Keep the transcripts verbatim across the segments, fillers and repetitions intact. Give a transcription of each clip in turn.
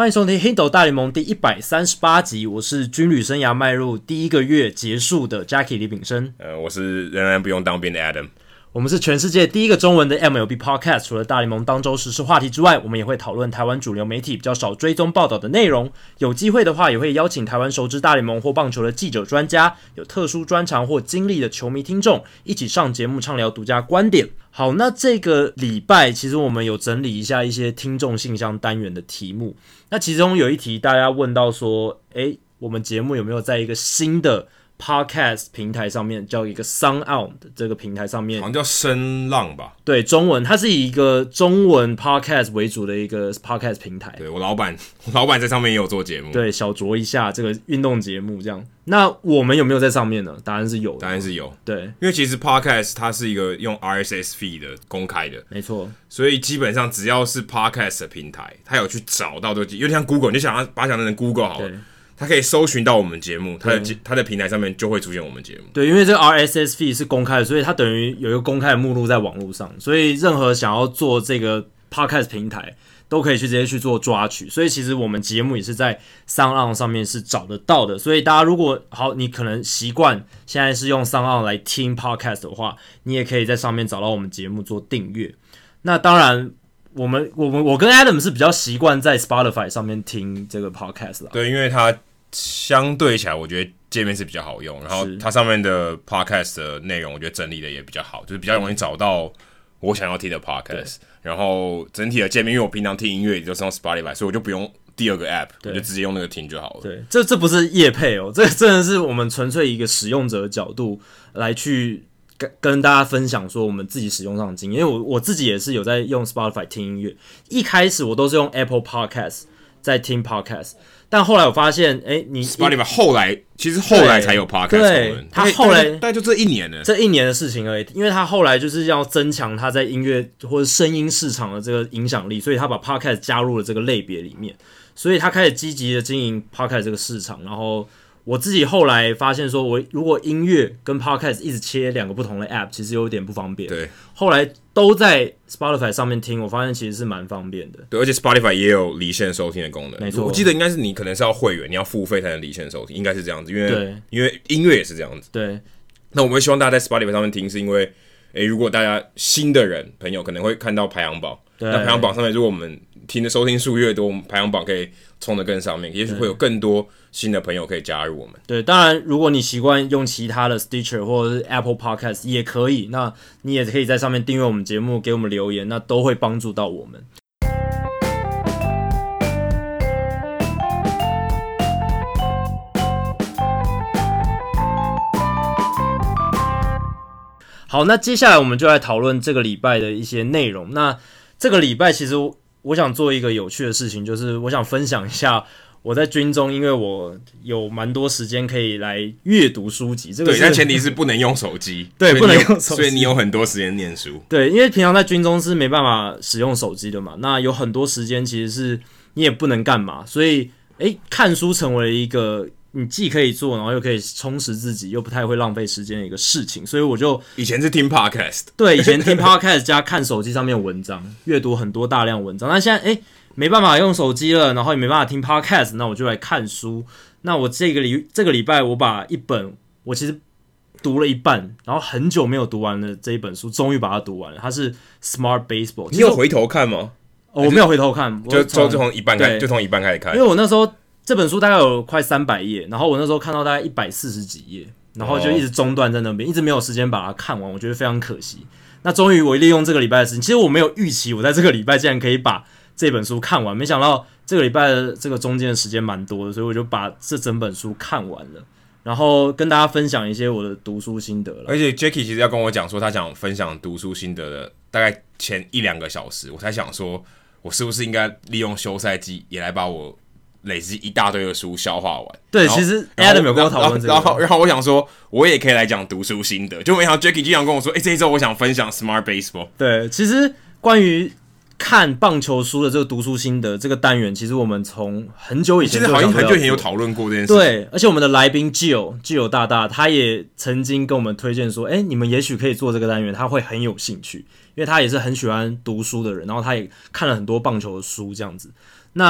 欢迎收听《Hito 大联盟》第一百三十八集，我是军旅生涯迈入第一个月结束的 Jackie 李炳生。 呃，我是仍然不用当兵的 Adam。 我们是全世界第一个中文的 M L B Podcast， 除了大联盟当周时事话题之外，我们也会讨论台湾主流媒体比较少追踪报道的内容。有机会的话，也会邀请台湾熟知大联盟或棒球的记者、专家，有特殊专长或经历的球迷听众，一起上节目畅聊独家观点。好，那这个礼拜其实我们有整理一下一些听众信箱单元的题目。那其中有一题大家问到说，诶，我们节目有没有在一个新的Podcast 平台上面，叫一个 SoundOn 的这个平台上面， 好像叫声浪吧？ 对，中文，它是以一个中文 Podcast 为主的一个 Podcast 平台。 对，我老板，我老板在上面也有做节目。 对，小酌一下这个运动节目这样。那我们有没有在上面呢？答案是有的， 当然是有。 对， 因为其实 Podcast 它是一个用 R S S feed 的公开的， 没错。 所以基本上只要是 Podcast 的平台，它有去找到这个，有点像 Google， 你就想要把它想成 Google 好了。它可以搜寻到我们节目，它的它的平台上面就会出现我们节目。 对，因为这个 R S S feed 是公开的，所以它等于有一个公开的目录在网络上，所以任何想要做这个 Podcast 平台都可以去直接去做抓取。所以其实我们节目也是在 SoundOn 上面是找得到的。所以大家如果好，你可能习惯现在是用 SoundOn 来听 Podcast 的话，你也可以在上面找到我们节目做订阅。那当然。我们我们我跟 Adam 是比较习惯在 Spotify 上面听这个 podcast 啦。 对，因为它相对起来，我觉得界面是比较好用，然后它上面的 podcast 的内容，我觉得整理的也比较好，就是比较容易找到我想要听的 podcast。然后整体的界面，因为我平常听音乐也就是用 Spotify， 所以我就不用第二个 app， 我就直接用那个听就好了。 对，这这不是业配哦，这真的是我们纯粹以一个使用者的角度来去。跟, 跟大家分享说我们自己使用上的经验，因为我我自己也是有在用 Spotify 听音乐，一开始我都是用 Apple Podcast 在听 Podcast， 但后来我发现，哎，你 Spotify 后来其实后来才有 Podcast 对，他后来大概就这一年了， 这一年的事情而已，因为他后来就是要增强他在音乐或者声音市场的这个影响力，所以他把 Podcast 加入了这个类别里面，所以他开始积极的经营 Podcast 这个市场，然后。我自己后来发现说，我如果音乐跟 podcast 一直切两个不同的 app， 其实有点不方便。 对， 后来都在 Spotify 上面听，我发现其实是蛮方便的。 对，而且 Spotify 也有离线收听的功能。 没错， 我记得应该是你可能是要会员，你要付费才能离线收听，应该是这样子。因为因为音乐也是这样子。 对， 那我们会希望大家在 Spotify 上面听，是因为，诶，如果大家新的人朋友可能会看到排行榜，那排行榜上面如果我们听的收听数越多，我们排行榜可以冲得更上面，也许会有更多新的朋友可以加入我们。 对，当然如果你习惯用其他的 Stitcher 或者是 Apple Podcast 也可以，那你也可以在上面订阅我们节目，给我们留言，那都会帮助到我们。好，那接下来我们就来讨论这个礼拜的一些内容。那这个礼拜其实我想做一个有趣的事情，就是我想分享一下我在军中，因为我有蛮多时间可以来阅读书籍。这个对，但前提是不能用手机。 对，不能用手机， 所以你有很多时间念书。 对，因为平常在军中是没办法使用手机的嘛，那有很多时间其实是你也不能干嘛，所以诶，看书成为了一个。你既可以做，然后又可以充实自己，又不太会浪费时间的一个事情，所以我就以前是听 podcast， 对，以前听 podcast 加看手机上面的文章，阅读很多大量文章。那现在哎没办法用手机了，然后也没办法听 podcast， 那我就来看书。那我这个礼这个礼拜我把一本我其实读了一半，然后很久没有读完的这一本书，终于把它读完了。它是 Smart Baseball。 你有回头看吗？ 哦、我没有回头看， 就就从一半开，就从一半开始看， 因为我那时候。这本书大概有快三百页，然后我那时候看到大概一百四十几页，然后就一直中断在那边，一直没有时间把它看完，我觉得非常可惜。那终于我利用这个礼拜的时间，其实我没有预期我在这个礼拜竟然可以把这本书看完，没想到这个礼拜的这个中间的时间蛮多的，所以我就把这整本书看完了，然后跟大家分享一些我的读书心得了。 而且 Jackie 其实要跟我讲说他想分享读书心得的大概前一两个小时，我才想说我是不是应该利用休赛季也来把我累积一大堆的书消化完。 对，其实 Adam 有跟我讨论这个， 然后然后我想说，我也可以来讲读书心得，就没想到 Jackie 经常跟我说，哎、欸，这一周我想分享 Smart Baseball。 对，其实关于看棒球书的这个读书心得这个单元，其实我们从很久以前就其实好像很久以前有讨论过这件事。 对，而且我们的来宾 Gio Gio 大大，他也曾经跟我们推荐说，哎、欸，你们也许可以做这个单元，他会很有兴趣，因为他也是很喜欢读书的人，然后他也看了很多棒球的书这样子。那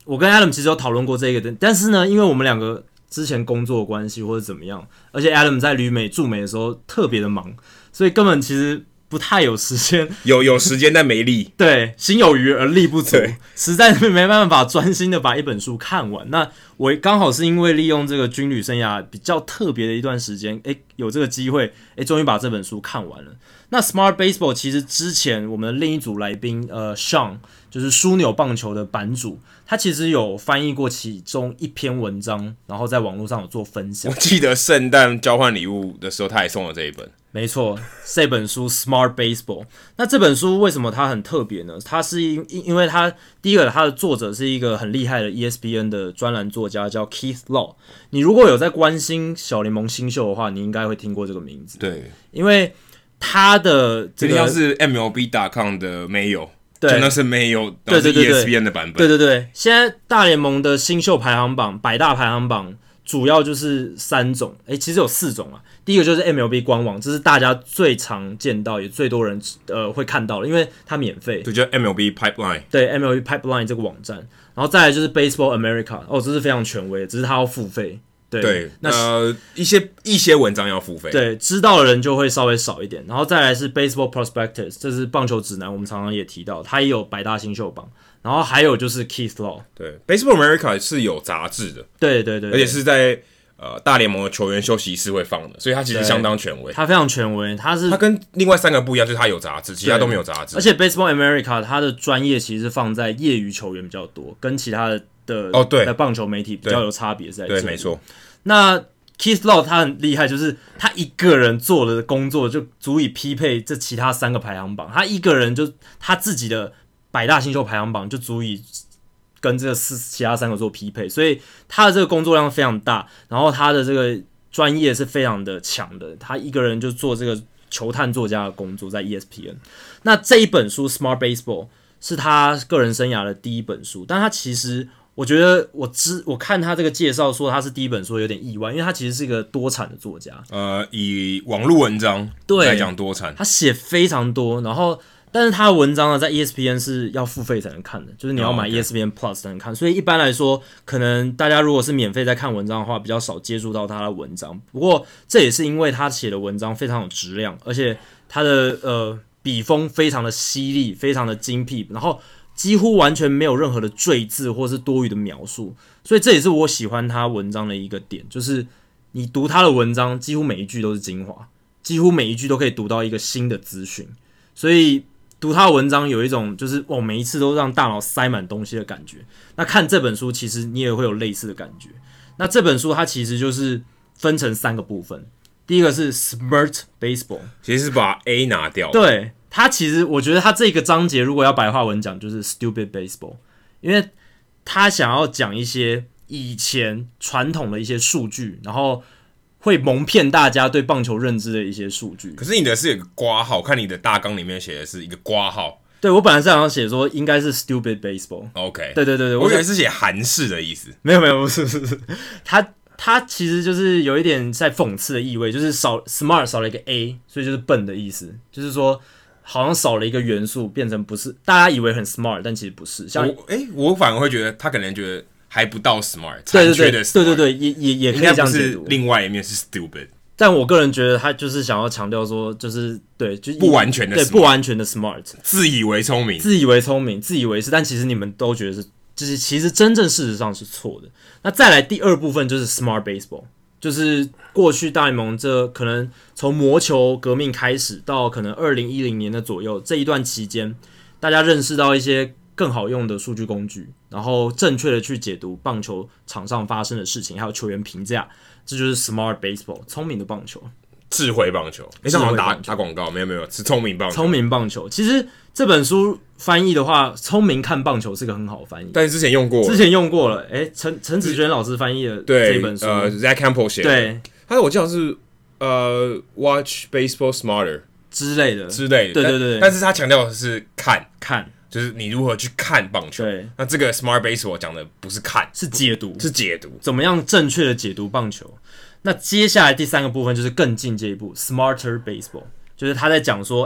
我跟 Adam 其实有讨论过这个，但是呢，因为我们两个之前工作的关系或者怎么样，而且 Adam 在旅美驻美的时候特别的忙，所以根本其实不太有时间， 有有时间但没力， 对，心有余而力不足，实在是没办法专心的把一本书看完。那我刚好是因为利用这个军旅生涯比较特别的一段时间，诶，有这个机会，诶，终于把这本书看完了。那 Smart Baseball 其实之前我们的另一组来宾，呃 ，Sean 就是枢纽棒球的版主，他其实有翻译过其中一篇文章，然后在网络上有做分享。 我记得圣诞交换礼物的时候，他也送了这一本。 没错，这本书 Smart Baseball。那这本书为什么它很特别呢？它是因因为它第一个，它的作者是一个很厉害的 E S P N 的专栏作家，叫 Keith Law。你如果有在关心小联盟新秀的话，你应该会听过这个名字。 对， 因为他的这个像是 M L B 点 com 的 Mayo， 就那是 Mayo， 然后是 E S P N 的版本。 对对对，现在大联盟的新秀排行榜、百大排行榜主要就是三种，诶，其实有四种啊。第一个就是 M L B 官网，这是大家最常见到也最多人呃会看到的，因为它免费。 就叫 M L B Pipeline。 对 M L B Pipeline 这个网站，然后再来就是 Baseball America， 哦，这是非常权威的，只是它要付费。对， 对那呃一些一些文章要付费， 对，知道的人就会稍微少一点。然后再来是 Baseball Prospectus， 这是棒球指南，我们常常也提到，它也有百大新秀榜。然后还有就是 Keith Law， 对 ，Baseball America 是有杂志的， 对对 对, 对， 而且是在呃大联盟的球员休息室会放的，所以它其实相当权威。 它非常权威，它是它跟另外三个不一样，就是它有杂志，其他都没有杂志。 而且 Baseball America 它的专业其实是放在业余球员比较多，跟其他的的哦对的棒球媒体比较有差别在这里。 对，没错。 那 Keith Law 他很厉害，就是他一个人做的工作就足以匹配这其他三个排行榜，他一个人就他自己的百大新秀排行榜就足以跟这个四其他三个做匹配，所以他的这个工作量非常大，然后他的这个专业是非常的强的，他一个人就做这个球探作家的工作在 E S P N。那这一本书 Smart Baseball 是他个人生涯的第一本书，但他其实我觉得我知我看他这个介绍说他是第一本书有点意外，因为他其实是一个多产的作家， 呃，以网络文章来讲多产， 他写非常多，然后但是他的文章呢在 E S P N 是要付费才能看的，就是你要买 E S P N Plus 才能看， oh, okay. 所以一般来说可能大家如果是免费在看文章的话比较少接触到他的文章，不过这也是因为他写的文章非常有质量，而且他的呃笔锋非常的犀利，非常的精辟，然后几乎完全没有任何的赘字或是多余的描述，所以这也是我喜欢他文章的一个点，就是你读他的文章几乎每一句都是精华，几乎每一句都可以读到一个新的资讯，所以读他的文章有一种就是哦每一次都让大脑塞满东西的感觉。那看这本书其实你也会有类似的感觉。那这本书它其实就是分成三个部分，第一个是 Smart Baseball， 其实是把 A 拿掉。 对，它其实我觉得它这个章节如果要白话文讲就是 Stupid Baseball， 因为他想要讲一些以前传统的一些数据，然后会蒙骗大家对棒球认知的一些数据。 可是你的是有个括号，看你的大纲里面写的是一个括号。 对，我本来是想写说应该是 Stupid Baseball。OK， 对对对对， 我以为是写韩式的意思。 没有没有，不是不是不是，他他其实就是有一点在讽刺的意味，就是少 smart 少了一个 A， 所以就是笨的意思，就是说好像少了一个元素，变成不是大家以为很 smart， 但其实不是。像我哎、欸，我反而会觉得他可能觉得还不到 smart， 对对对的 smart， 对对对，也也也可以这样解读。 另外一面是 stupid。 但我个人觉得他就是想要强调说，就是对，就不完全的 smart， 对不完全的 smart， 自以为聪明， 自以为聪明，自以为是，但其实你们都觉得是，就是其实真正事实上是错的。那再来第二部分就是 Smart Baseball， 就是过去大联盟这可能从魔球革命开始到可能二零一零年的左右这一段期间，大家认识到一些更好用的数据工具，然后正确的去解读棒球场上发生的事情，还有球员评价。这就是 Smart Baseball， 聪明的棒球， 智慧棒球。你好像打打广告，没有没有，是聪明棒球。 聪明棒球，其实这本书翻译的话，聪明看棒球是个很好的翻译。 但是之前用过， 之前用过了。哎，陈陈子娟老师翻译的这本书， 呃 ，Zach Campbell 写的。 对， 他我记得是呃 ，Watch Baseball Smarter 之类的之类的。 对对对。 但是他强调的是看看。 就是你如何去看棒球。 对， 那这个 Smart Baseball 讲的不是看， 是解读， 是解读， 怎么样正确的解读棒球。那接下来第三个部分就是更进阶一步 ，Smarter Baseball， 就是他在讲说，哎，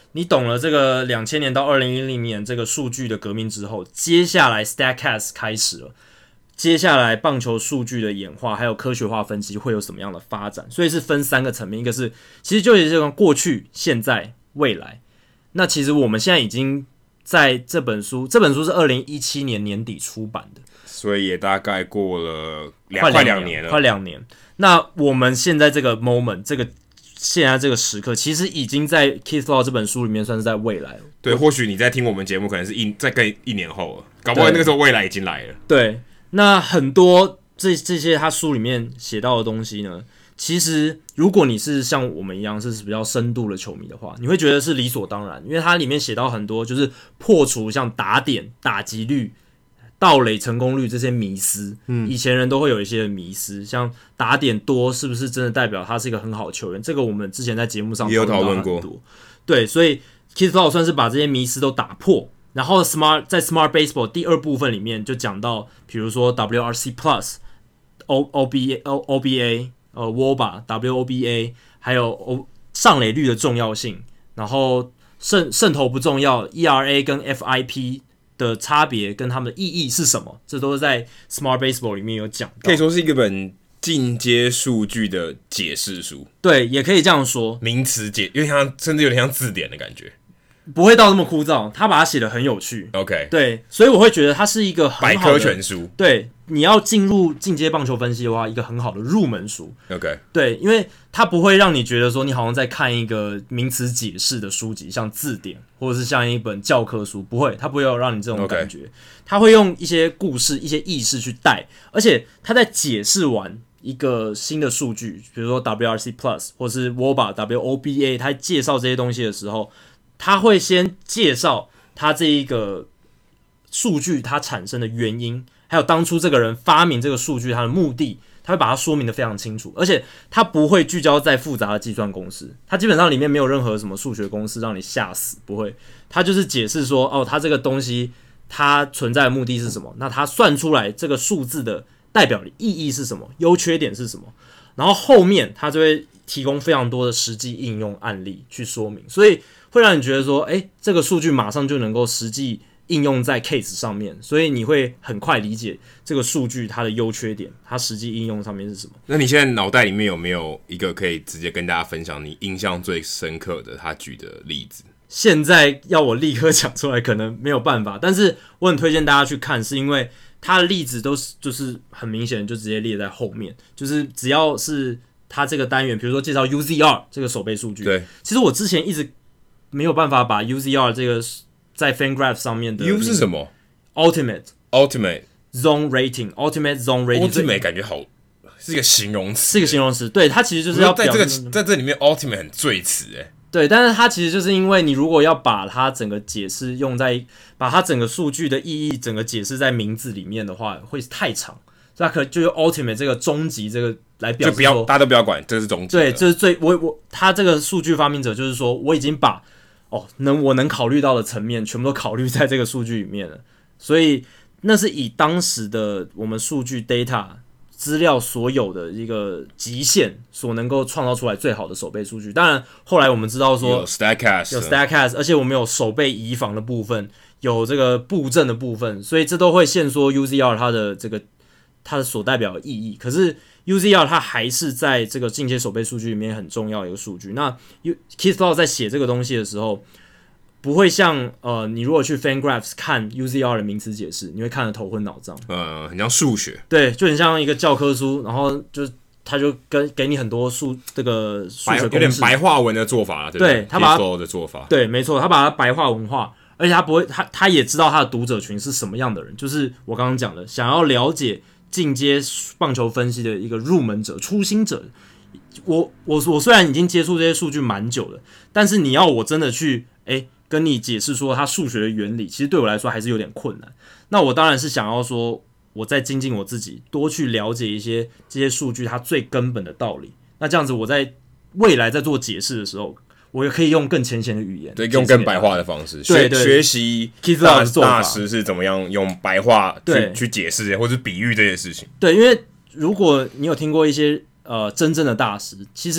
你懂了这个两千年到二零一零年这个数据的革命之后，接下来 Statcast 开始了。接下来棒球数据的演化，还有科学化分析会有什么样的发展？所以是分三个层面，一个是其实就是这种过去、现在、未来。那其实我们现在已经在这本书，这本书是二零一七年年底出版的， 所以也大概过了两快两年了， 快两年。那我们现在这个 moment， 这个现在这个时刻，其实已经在 Keith Law 这本书里面算是在未来了。 对，或许你在听我们节目，可能是一再更一年后了，搞不好那个时候未来已经来了。 对。那很多这这些他书里面写到的东西呢，其实如果你是像我们一样是比较深度的球迷的话，你会觉得是理所当然，因为它里面写到很多就是破除像打点、打击率、盗垒成功率这些迷思。嗯，以前人都会有一些迷思，像打点多是不是真的代表他是一个很好的球员？这个我们之前在节目上也有讨论过。 对，所以 Keith Law 算是把这些迷思都打破。然后 Smart 在 Smart Baseball 第二部分里面就讲到，比如说 W R C Plus、O O B A、O B A、呃 W O B A、W O B A， 还有 O 上垒率的重要性，然后胜胜投不重要 ，E R A 跟 F I P 的差别跟他们的意义是什么，这都是在 Smart Baseball 里面有讲到， 可以说是一个本进阶数据的解释书。 对，也可以这样说， 名词解有点像，甚至有点像字典的感觉。 不会到那么枯燥，他把它写得很有趣。 OK， 对，所以我会觉得它是一个很好的百科全书。 对，你要进入进阶棒球分析的话，一个很好的入门书。 OK， 对，因为它不会让你觉得说你好像在看一个名词解释的书籍，像字典或者是像一本教科书，不会，它不会有让你这种感觉。它、okay. 会用一些故事、一些意识去带，而且它在解释完一个新的数据，比如说 W R C Plus 或是 W O B A、W O B A， 它介绍这些东西的时候。他会先介绍他这一个数据它产生的原因，还有当初这个人发明这个数据它的目的，他会把它说明的非常清楚，而且他不会聚焦在复杂的计算公式，他基本上里面没有任何什么数学公式让你吓死，不会，他就是解释说，哦，他这个东西它存在的目的是什么，那他算出来这个数字的代表的意义是什么，优缺点是什么，然后后面他就会提供非常多的实际应用案例去说明，所以会让你觉得说，哎，这个数据马上就能够实际应用在 case 上面，所以你会很快理解这个数据它的优缺点，它实际应用上面是什么。 那你现在脑袋里面有没有一个可以直接跟大家分享你印象最深刻的他举的例子？ 现在要我立刻讲出来可能没有办法，但是我很推荐大家去看，是因为他的例子都是就是很明显就直接列在后面，就是只要是他这个单元，比如说介绍 U Z R 这个守备数据， 对， 其实我之前一直没有办法把 U Z R 这个在 FanGraph 上面的 U 是什么 ？Ultimate Ultimate Zone Rating Ultimate Zone Rating Ultimate 感觉好是一个形容词， 是一个形容词，对，它其实就是要在这个在这里面 Ultimate 很赘词哎， 对，但是它其实就是因为你如果要把它整个解释用在把它整个数据的意义整个解释在名字里面的话，会太长，所以它可能就用 Ultimate 这个终极这个来表示说， 就不要大家都不要管，这是终极， 对，这是最我我他这个数据发明者就是说我已经把哦，能我能考虑到的层面全部都考虑在这个数据里面了，所以那是以当时的我们数据 data 资料所有的一个极限所能够创造出来最好的守备数据。当然，后来我们知道说有 Statcast， 有 Statcast， 而且我们有守备移防的部分，有这个布阵的部分，所以这都会限缩 U Z R 它的这个它的所代表的意义。可是 U Z R 它还是在这个进阶守备数据里面很重要的一个数据。那 Keith Law 在写这个东西的时候，不会像呃，你如果去 FanGraphs 看 U Z R 的名词解释，你会看得头昏脑胀。 呃，很像数学， 对，就很像一个教科书，然后就他就跟给你很多数这个数学公式， 有点白话文的做法了，对不对？ 对，他把它的做法， 对，没错，他把它白话文化，而且他不会，他他也知道他的读者群是什么样的人，就是我刚刚讲的，想要了解进阶棒球分析的一个入门者、初心者。我我我虽然已经接触这些数据蛮久了，但是你要我真的去哎跟你解释说它数学的原理，其实对我来说还是有点困难。那我当然是想要说，我在精进我自己，多去了解一些这些数据它最根本的道理。那这样子，我在未来在做解释的时候，我也可以用更浅显的语言， 对，用更白话的方式， 对对学学习 Keith 大 Law 大师是怎么样用白话去去解释或者比喻这些事情。 对，因为如果你有听过一些呃真正的大师，其实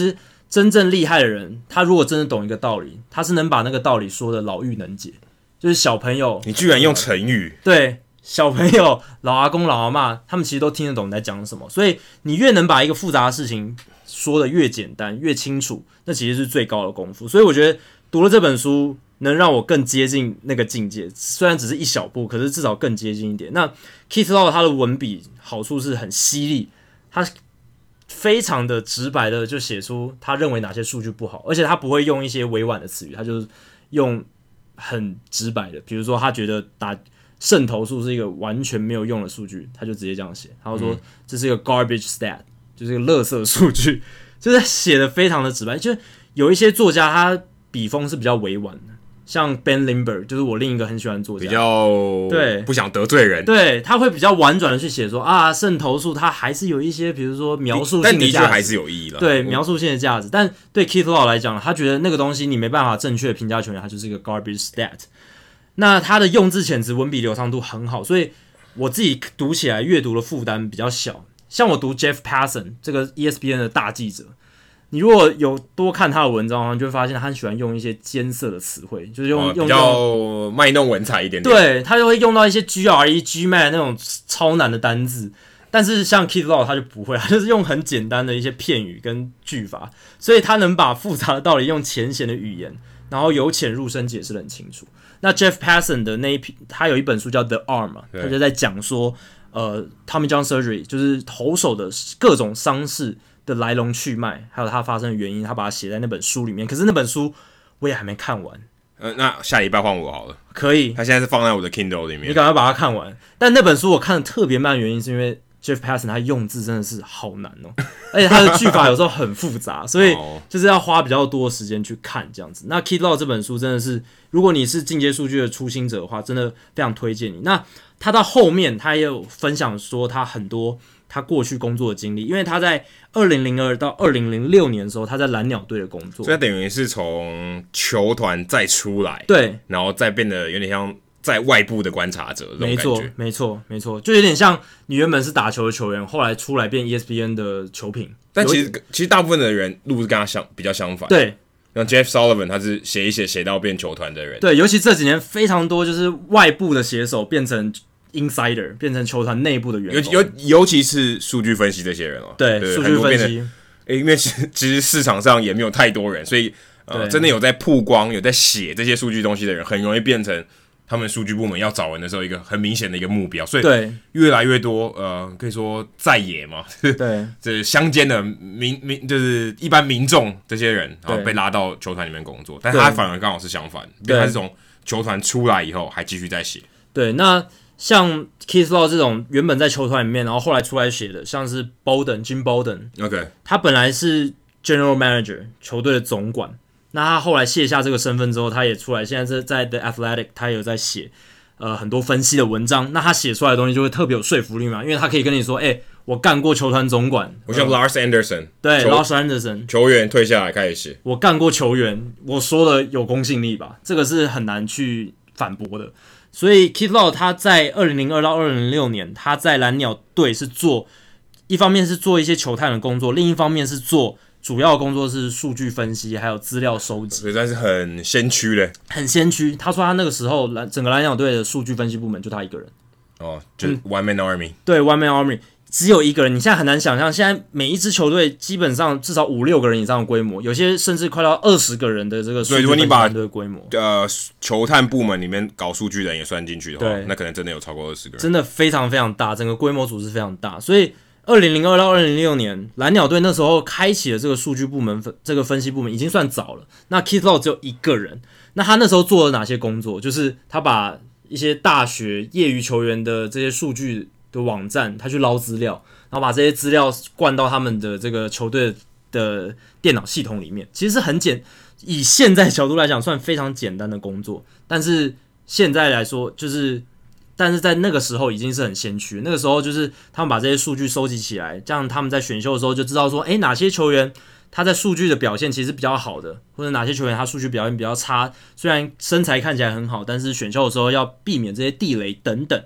真正厉害的人，他如果真的懂一个道理，他是能把那个道理说的老妪能解。就是小朋友， 你居然用成语， 对，小朋友、老阿公、老阿嬷，他们其实都听得懂你在讲什么。所以你越能把一个复杂的事情说的越简单、越清楚，那其实是最高的功夫。所以我觉得读了这本书，能让我更接近那个境界。虽然只是一小步，可是至少更接近一点。那 Keith Law 他的文笔好处是很犀利，他非常的直白的就写出他认为哪些数据不好，而且他不会用一些委婉的词语，他就是用很直白的，比如说他觉得打胜投数是一个完全没有用的数据，他就直接这样写，他会说这是一个 garbage stat， 就是一个垃圾数据，就是写的非常的直白。就有一些作家他笔锋是比较委婉的，像 Ben Lindbergh 就是我另一个很喜欢的作家， 比较对不想得罪人， 对，他会比较婉转的去写说啊，胜投数它还是有一些比如说描述性的价值， 但的确还是有意义了， 对，描述性的价值。但对 Keith Law 来讲，他觉得那个东西你没办法正确的评价球员，它就是一个 garbage stat。那他的用字遣词、文笔流畅度很好，所以我自己读起来阅读的负担比较小。像我读 Jeff Passan 这个 E S P N 的大记者，你如果有多看他的文章，你就会发现他很喜欢用一些艰涩的词汇，就是用、 哦、 用比较卖弄文采一点点。 对，他就会用到一些 G R E、G M A T 那种超难的单字。但是像 Keith Law 他就不会，他就是用很简单的一些片语跟句法，所以他能把复杂的道理用浅显的语言，然后由浅入深解释得很清楚。那 Jeff Passan 的那一篇，他有一本书叫 The Arm 嘛，他就在讲说，呃 ，Tommy John Surgery 就是投手的各种伤势的来龙去脉，还有它发生的原因，他把它写在那本书里面。可是那本书我也还没看完。 呃，那下礼拜换我好了。 可以， 他现在是放在我的 Kindle 里面。 你赶快把它看完。但那本书我看的特别慢的原因，是因为 Jeff Passan 他用字真的是好难哦，而且他的句法有时候很复杂，所以就是要花比较多的时间去看这样子。那 Keith Law 这本书真的是，如果你是进阶数据的初心者的话，真的非常推荐你。那他到后面他也有分享说他很多他过去工作的经历，因为他在二零零二到二零零六年的时候，他在蓝鸟队的工作， 所以他等于是从球团再出来， 对， 然后再变得有点像在外部的观察者这种感觉。 没错，没错，没错，就有点像你原本是打球的球员，后来出来变 E S P N 的球评。 但其实其实大部分的人路是跟他相比较相反， 对。 像 Jeff Sullivan 他是写一写写到变球团的人， 对，尤其这几年非常多就是外部的写手变成 insider， 变成球团内部的员工， 尤尤尤其是数据分析这些人哦， 对，数据分析， 因为其实市场上也没有太多人，所以呃，真的有在曝光、有在写这些数据东西的人，很容易变成他们数据部门要找人的时候一个很明显的一个目标，所以对越来越多呃，可以说在野嘛， 对， 这乡间的民民就是一般民众这些人，然后被拉到球团里面工作，但他反而刚好是相反，因为他是从球团出来以后还继续在写。 对，那像 Keith Law 这种原本在球团里面，然后后来出来写的，像是 Bolden Jim Bolden，OK， 他本来是 General Manager 球队的总管。那他后来卸下这个身份之后，他也出来，现在是在 The Athletic， 他也有在写呃很多分析的文章。那他写出来的东西就会特别有说服力嘛，因为他可以跟你说，哎、欸，我干过球团总管， 我像 Lars Anderson， 对 ，Lars Anderson， 球员退下来开始写， 我干过球员，我说的有公信力吧？这个是很难去反驳的。所以 Keith Law 他在二零零二到二零零六年，他在蓝鸟队是做，一方面是做一些球探的工作，另一方面是做。主要的工作是数据分析，还有资料收集， 所以算是很先驱嘞， 很先驱。他说他那个时候蓝整个蓝鸟队的数据分析部门就他一个人， 哦，就 One Man Army，、嗯、 对 One Man Army 只有一个人。你现在很难想象，现在每一支球队基本上至少五六个人以上的规模，有些甚至快到二十个人的这个数据分析团队的规模。 呃，球探部门里面搞数据的人也算进去的话，那可能真的有超过二十个人， 真的非常非常大，整个规模组织非常大，所以。二零零二到二零零六年，蓝鸟队那时候开启了这个数据部门，这个分析部门已经算早了。那 Keith Law 只有一个人，那他那时候做了哪些工作？就是他把一些大学业余球员的这些数据的网站，他去捞资料，然后把这些资料灌到他们的这个球队的电脑系统里面。其实是很简，以现在角度来讲，算非常简单的工作，但是现在来说，就是。但是在那个时候已经是很先驱，那个时候就是他们把这些数据收集起来，这样他们在选秀的时候就知道说，诶，哪些球员他在数据的表现其实比较好的，或者哪些球员他数据表现比较差，虽然身材看起来很好，但是选秀的时候要避免这些地雷等等。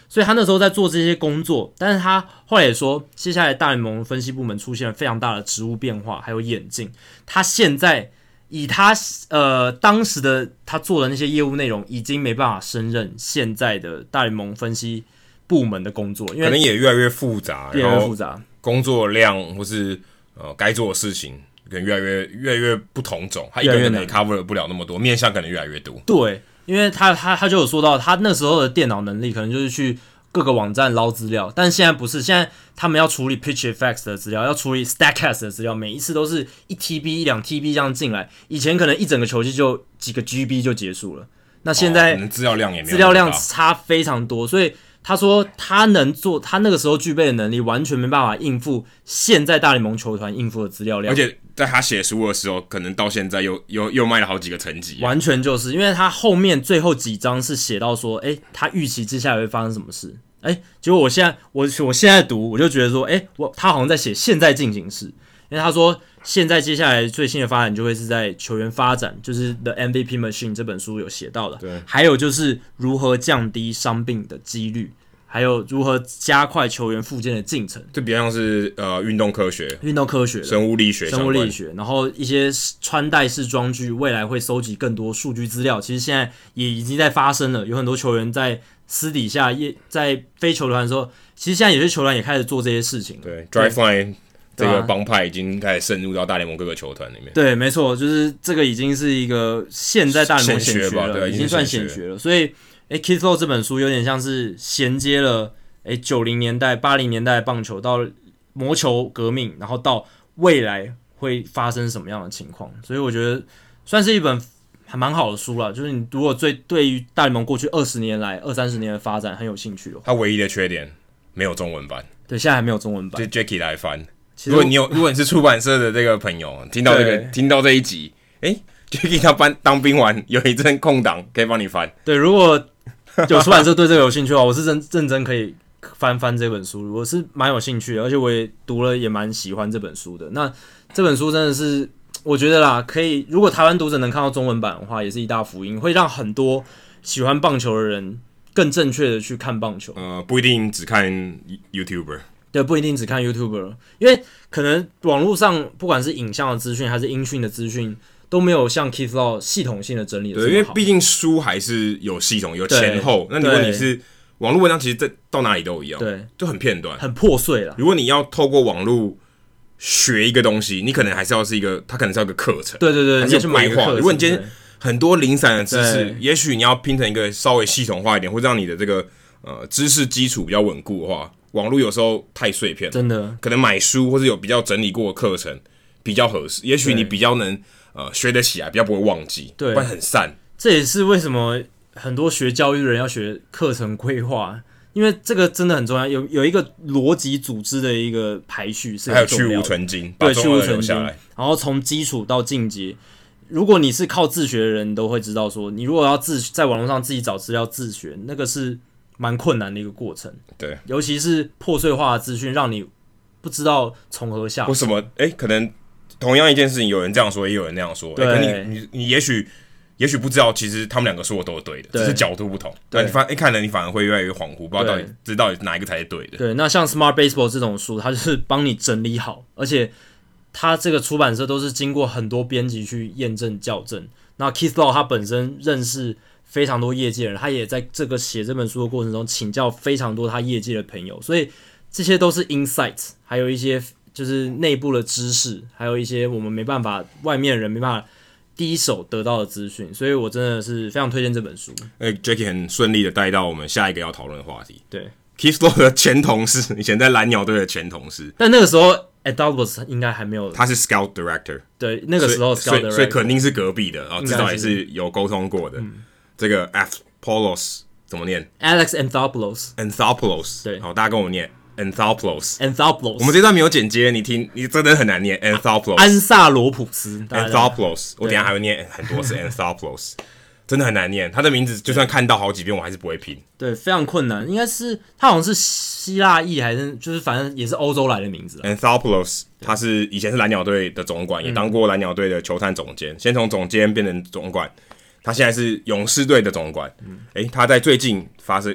所以他那时候在做这些工作，但是他后来也说，接下来大联盟分析部门出现了非常大的职务变化，还有演进。他现在以他呃当时的他做的那些业务内容，已经没办法胜任现在的大联盟分析部门的工作，因为可能也越来越复杂， 越来越复杂， 工作量或是呃该做的事情可能越来越越来越不同种，他一个人可能也 cover 不了那么多，面向可能越来越多。 对，因为他他他就有说到，他那时候的电脑能力可能就是去各个网站捞资料，但现在不是，现在他们要处理 PitchFX 的资料，要处理 Statcast 的资料，每一次都是一 T B 一两 T B 这样进来，以前可能一整个球季就几个 G B 就结束了，那现在资料量也没有资料量差非常多，所以他说他能做，他那个时候具备的能力完全没办法应付现在大联盟球团应付的资料量， 而且在他写书的时候，可能到现在又又又卖了好几个层级， 完全就是因为他后面最后几章是写到说，哎，他预期接下来会发生什么事，哎，结果我现在我我现在读，我就觉得说，哎，我他好像在写现在进行式，因为他说现在接下来最新的发展就会是在球员发展，就是 The M V P Machine 这本书有写到的， 对， 还有就是如何降低伤病的几率。还有如何加快球员复健的进程， 这比较像是呃运动科学、 运动科学、 生物力学、 生物力学，然后一些穿戴式装具，未来会收集更多数据资料。其实现在也已经在发生了，有很多球员在私底下也在非球团的时候，其实现在有些球团也开始做这些事情。 对 ，Driveline 这个帮派已经开始渗入到大联盟各个球团里面。 对，没错，就是这个已经是一个现在大联盟显学了， 对， 已经算显学了，所以。诶 Keith Lowe 这本书有点像是衔接了诶九零年代、八零年代的棒球到魔球革命，然后到未来会发生什么样的情况，所以我觉得算是一本还蛮好的书啦。就是你如果最对于大联盟过去二十年来、二三十年的发展很有兴趣的话， 它唯一的缺点没有中文版， 对，现在还没有中文版， 就 Jackie 来翻。如果你有，如果你是出版社的这个朋友，听到这个听到这一集，诶 Jackie 他班当兵完有一阵空档，可以帮你翻。 对，如果有出版社对这个有兴趣的话，我是认认真可以翻翻这本书，我是蛮有兴趣的，而且我也读了，也蛮喜欢这本书的。那这本书真的是，我觉得啦，可以，如果台湾读者能看到中文版的话，也是一大福音，会让很多喜欢棒球的人更正确的去看棒球。 呃，不一定只看 YouTuber， 对，不一定只看 YouTuber， 因为可能网络上不管是影像的资讯还是音讯的资讯。都没有像 Keith Lowe 系统性的整理的这么好， 对，因为毕竟书还是有系统、有前后。那如果你是网络文章，其实在到哪里都一样， 对， 就很片段、 很破碎了。 如果你要透过网络学一个东西，你可能还是要是一个，它可能是要一个课程， 对对对， 还是要去买化。如果你今天很多零散的知识，也许你要拼成一个稍微系统化一点，或者让你的这个呃知识基础比较稳固的话，网络有时候太碎片了， 真的， 可能买书或者有比较整理过的课程比较合适，也许你比较能。呃，学得起来，比较不会忘记， 对， 不然很散。 这也是为什么很多学教育的人要学课程规划，因为这个真的很重要，有有一个逻辑组织的一个排序是很重要的， 还有去无存精， 对，去无存精， 然后从基础到进阶。如果你是靠自学的人，你都会知道说，你如果要自在网络上自己找资料自学，那个是蛮困难的一个过程。 对， 尤其是破碎化的资讯，让你不知道从何下手。 为什么？哎，可能。同样一件事情，有人这样说，也有人那样说。 对， 欸、可你你你也许也许不知道，其实他们两个说的都是对的， 对只是角度不同。对，你反一看了，你反而会越来越恍惚，不知道到底知道哪一个才是对的。 对，那像 Smart Baseball 这种书，它就是帮你整理好，而且它这个出版社都是经过很多编辑去验证校正。那 Keith Lowe 他本身认识非常多业界人，他也在这个写这本书的过程中请教非常多他业界的朋友，所以这些都是 insights， 还有一些。就是内部的知识，还有一些我们没办法，外面的人没办法第一手得到的资讯，所以我真的是非常推荐这本书。 哎 ，Jackie 很顺利的带到我们下一个要讨论的话题。 对 ，Keith Lowe 的前同事，以前在蓝鸟队的前同事， 但那个时候 Adalbert 应该还没有， 他是 Scout Director， 对，那个时候 Scout Director， 所以肯定是隔壁的，然后至少也是有沟通过的。嗯、这个 Anthopoulos 怎么念 ？Alex Anthopoulos， Anthopoulos， 对， 好，大家跟我念。Anthopoulos， Anthopoulos， 我们这段没有剪接，你听，你真的很难念 Anthopoulos， 安萨罗普斯 ，Anthopoulos， 我等一下还会念很多次 Anthopoulos， 真的很难念，他的名字就算看到好几遍，我还是不会拼， 对，非常困难，应该是他好像是希腊裔还是就是反正也是欧洲来的名字。 Anthopoulos， 他是以前是蓝鸟队的总管，也当过蓝鸟队的球探总监，先从总监变成总管，他现在是勇士队的总管，哎、嗯，他在最近发生。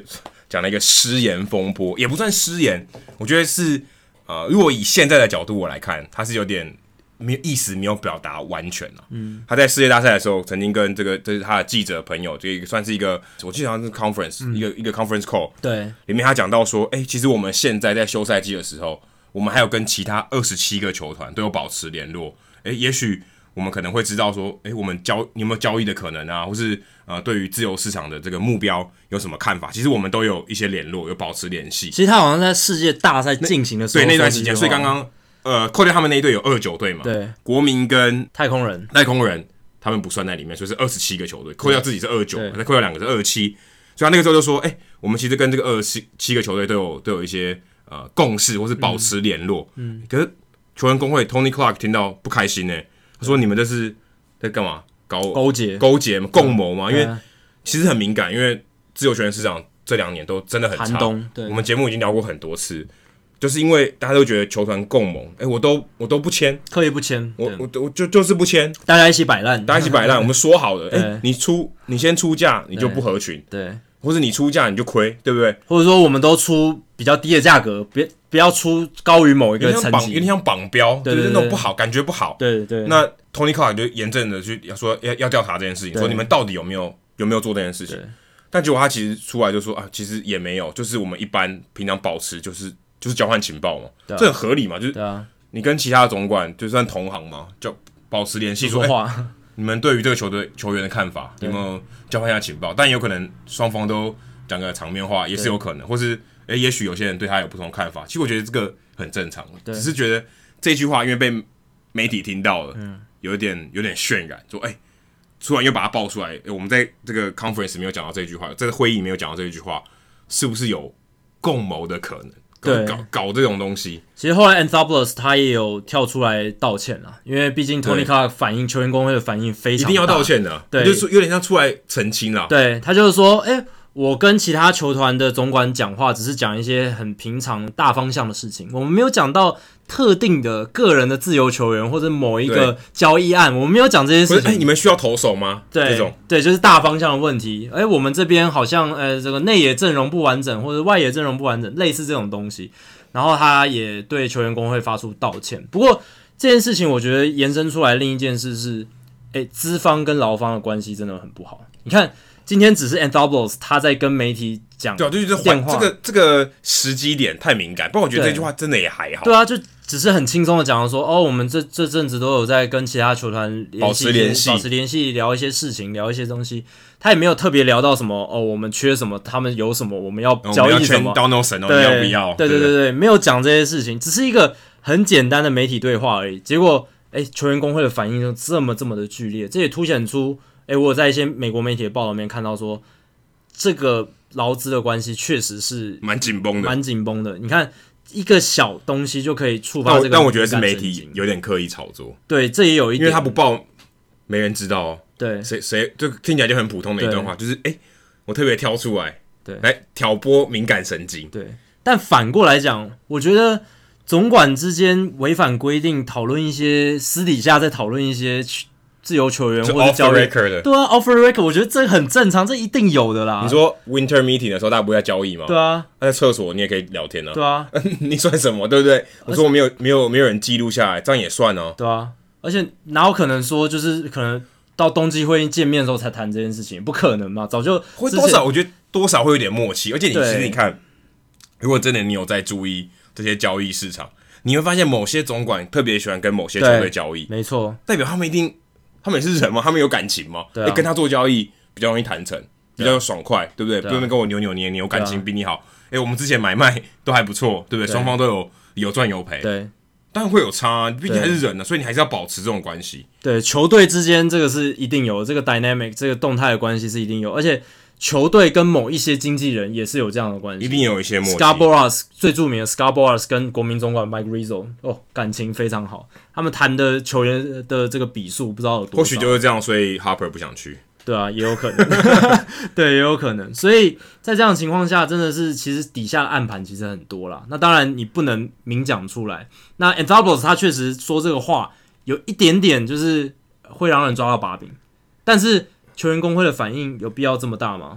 讲了一个失言风波，也不算失言，我觉得是呃，如果以现在的角度我来看，他是有点没有意思，没有表达完全啊。嗯，他在世界大赛的时候，曾经跟这个这是他的记者朋友，这个算是一个，我记得好像是 conference、嗯、一个一个 conference call， 对， 里面他讲到说，哎、欸，其实我们现在在休赛季的时候，我们还有跟其他二十七个球团都有保持联络，哎、欸，也许我们可能会知道说，哎、欸，我们交有没有交易的可能啊，或是呃，对于自由市场的这个目标有什么看法？其实我们都有一些联络，有保持联系。 其实他好像在世界大赛进行的时候， 对那段时间，所以刚刚。呃，扣掉他们那一队有二十九队嘛， 对， 国民跟太空人， 太空人他们不算在里面，所以是二十七个球队，扣掉自己是二十九，再扣掉两个是二十七，所以他那个时候就说，哎、欸，我们其实跟这个二十七个球队都有都有一些呃共识，或是保持联络。嗯，可是球员工会 Tony Clark 听到不开心呢、欸，他说你们这是在干嘛？搞勾结勾结嘛，共谋嘛？因为其实很敏感，因为自由球员市场这两年都真的很差，我们节目已经聊过很多次。就是因为大家都觉得球团共盟，哎、欸，我都我都不签， 刻意不签， 我我我就就是不签， 大家一起摆烂， 大家一起摆烂，我们说好了，哎、欸，你出你先出价，你就不合群， 对， 或者你出价你就亏，对不对？ 或者说我们都出比较低的价格，别不要出高于某一个层级， 有点像绑标，对对对，那种不好，感觉不好， 对对。 那 Tony Clark 就严正的去说要要调查这件事情，说你们到底有没有有没有做这件事情？但结果他其实出来就说啊，其实也没有，就是我们一般平常保持就是。就是交换情报嘛，啊、这很合理嘛。就是你跟其他的总管就算同行嘛，就保持联系，说话、欸，你们对于这个球队球员的看法，有没有交换一下情报？但有可能双方都讲个场面话，也是有可能，或是哎、欸，也许有些人对他有不同的看法。其实我觉得这个很正常，只是觉得这句话因为被媒体听到了，嗯、有点有点渲染，说哎、欸，突然又把它爆出来、欸。我们在这个 conference 没有讲到这句话，这个会议没有讲到这句话，是不是有共谋的可能？对，搞搞这种东西。 其实后来 Anthopoulos 他也有跳出来道歉啦，因为毕竟 Tony Clark 反应球员工会的反应非常大， 一定要道歉的。对，就是有点像出来澄清啦。 对，他就是说，哎、欸，我跟其他球团的总管讲话，只是讲一些很平常大方向的事情，我们没有讲到特定的个人的自由球员或者某一个交易案，我们没有讲这些事情。 哎、欸，你们需要投手吗？ 对， 这种对，就是大方向的问题。哎、欸，我们这边好像呃，这个内野阵容不完整，或者外野阵容不完整，类似这种东西。然后他也对球员工会发出道歉。不过这件事情，我觉得延伸出来另一件事是，哎，资方跟劳方的关系真的很不好。你看，今天只是 Anthopoulos 他在跟媒体讲， 对、啊，就是电话，这个这个时机点太敏感。不过我觉得这句话真的也还好。 对啊，就只是很轻松的讲说，哦，我们这这阵子都有在跟其他球团保持联系， 保持联系，聊一些事情，聊一些东西。他也没有特别聊到什么哦，我们缺什么，他们有什么，我们要交易什么， 到那神哦， 对， 要不要？ 对对对对，没有讲这些事情，只是一个很简单的媒体对话而已。结果，哎，球员工会的反应就这么这么的剧烈，这也凸显出，哎，我有在一些美国媒体的报道里面看到说，这个劳资的关系确实是蛮紧绷的， 蛮紧绷的。你看，一个小东西就可以触发这个， 但我觉得是媒体有点刻意炒作。 对，这也有一点， 因为他不报，没人知道哦。 对， 谁谁就听起来就很普通的一段话，就是哎、欸，我特别挑出来， 对， 来挑拨敏感神经。 对，但反过来讲，我觉得总管之间违反规定，讨论一些私底下在讨论一些自由球员或者交易的，对啊 ，offer record， 我觉得这很正常，这一定有的啦。 你说 winter meeting 的时候，大家不会在交易吗？ 对啊， 那在厕所你也可以聊天啊。 对啊， 你算什么？对不对？我说我没有没有没有人记录下来，这样也算哦。 对啊，而且哪有可能说就是可能。到冬季会议见面的时候才谈这件事情，不可能嘛？早就会多少，我觉得多少会有点默契。而且你其实你看，如果真的你有在注意这些交易市场，你会发现某些总管特别喜欢跟某些球队交易， 没错， 代表他们一定他们也是人嘛，他们有感情嘛，对、啊欸，跟他做交易比较容易谈成，比较爽快，对不对？对啊、不用跟我扭扭捏捏，有感情比你好。哎、啊欸，我们之前买卖都还不错，对不对？双方都有有赚有赔， 对。 当然会有差、啊，毕竟还是人呢、啊，所以你还是要保持这种关系。 对，球队之间这个是一定有，这个 dynamic 这个动态的关系是一定有，而且球队跟某一些经纪人也是有这样的关系， 一定有一些默契。 Scarborough 最著名的 Scarborough 跟国民总管 Mike Rizzo 哦，感情非常好，他们谈的球员的这个比数不知道有多少， 或许就是这样，所以 Harper 不想去。 对啊，也有可能，对，也有可能。所以在这样的情况下，真的是其实底下的暗盘其实很多啦。那当然你不能明讲出来。那 Anthopoulos 他确实说这个话有一点点就是会让人抓到把柄，但是球员工会的反应有必要这么大吗？就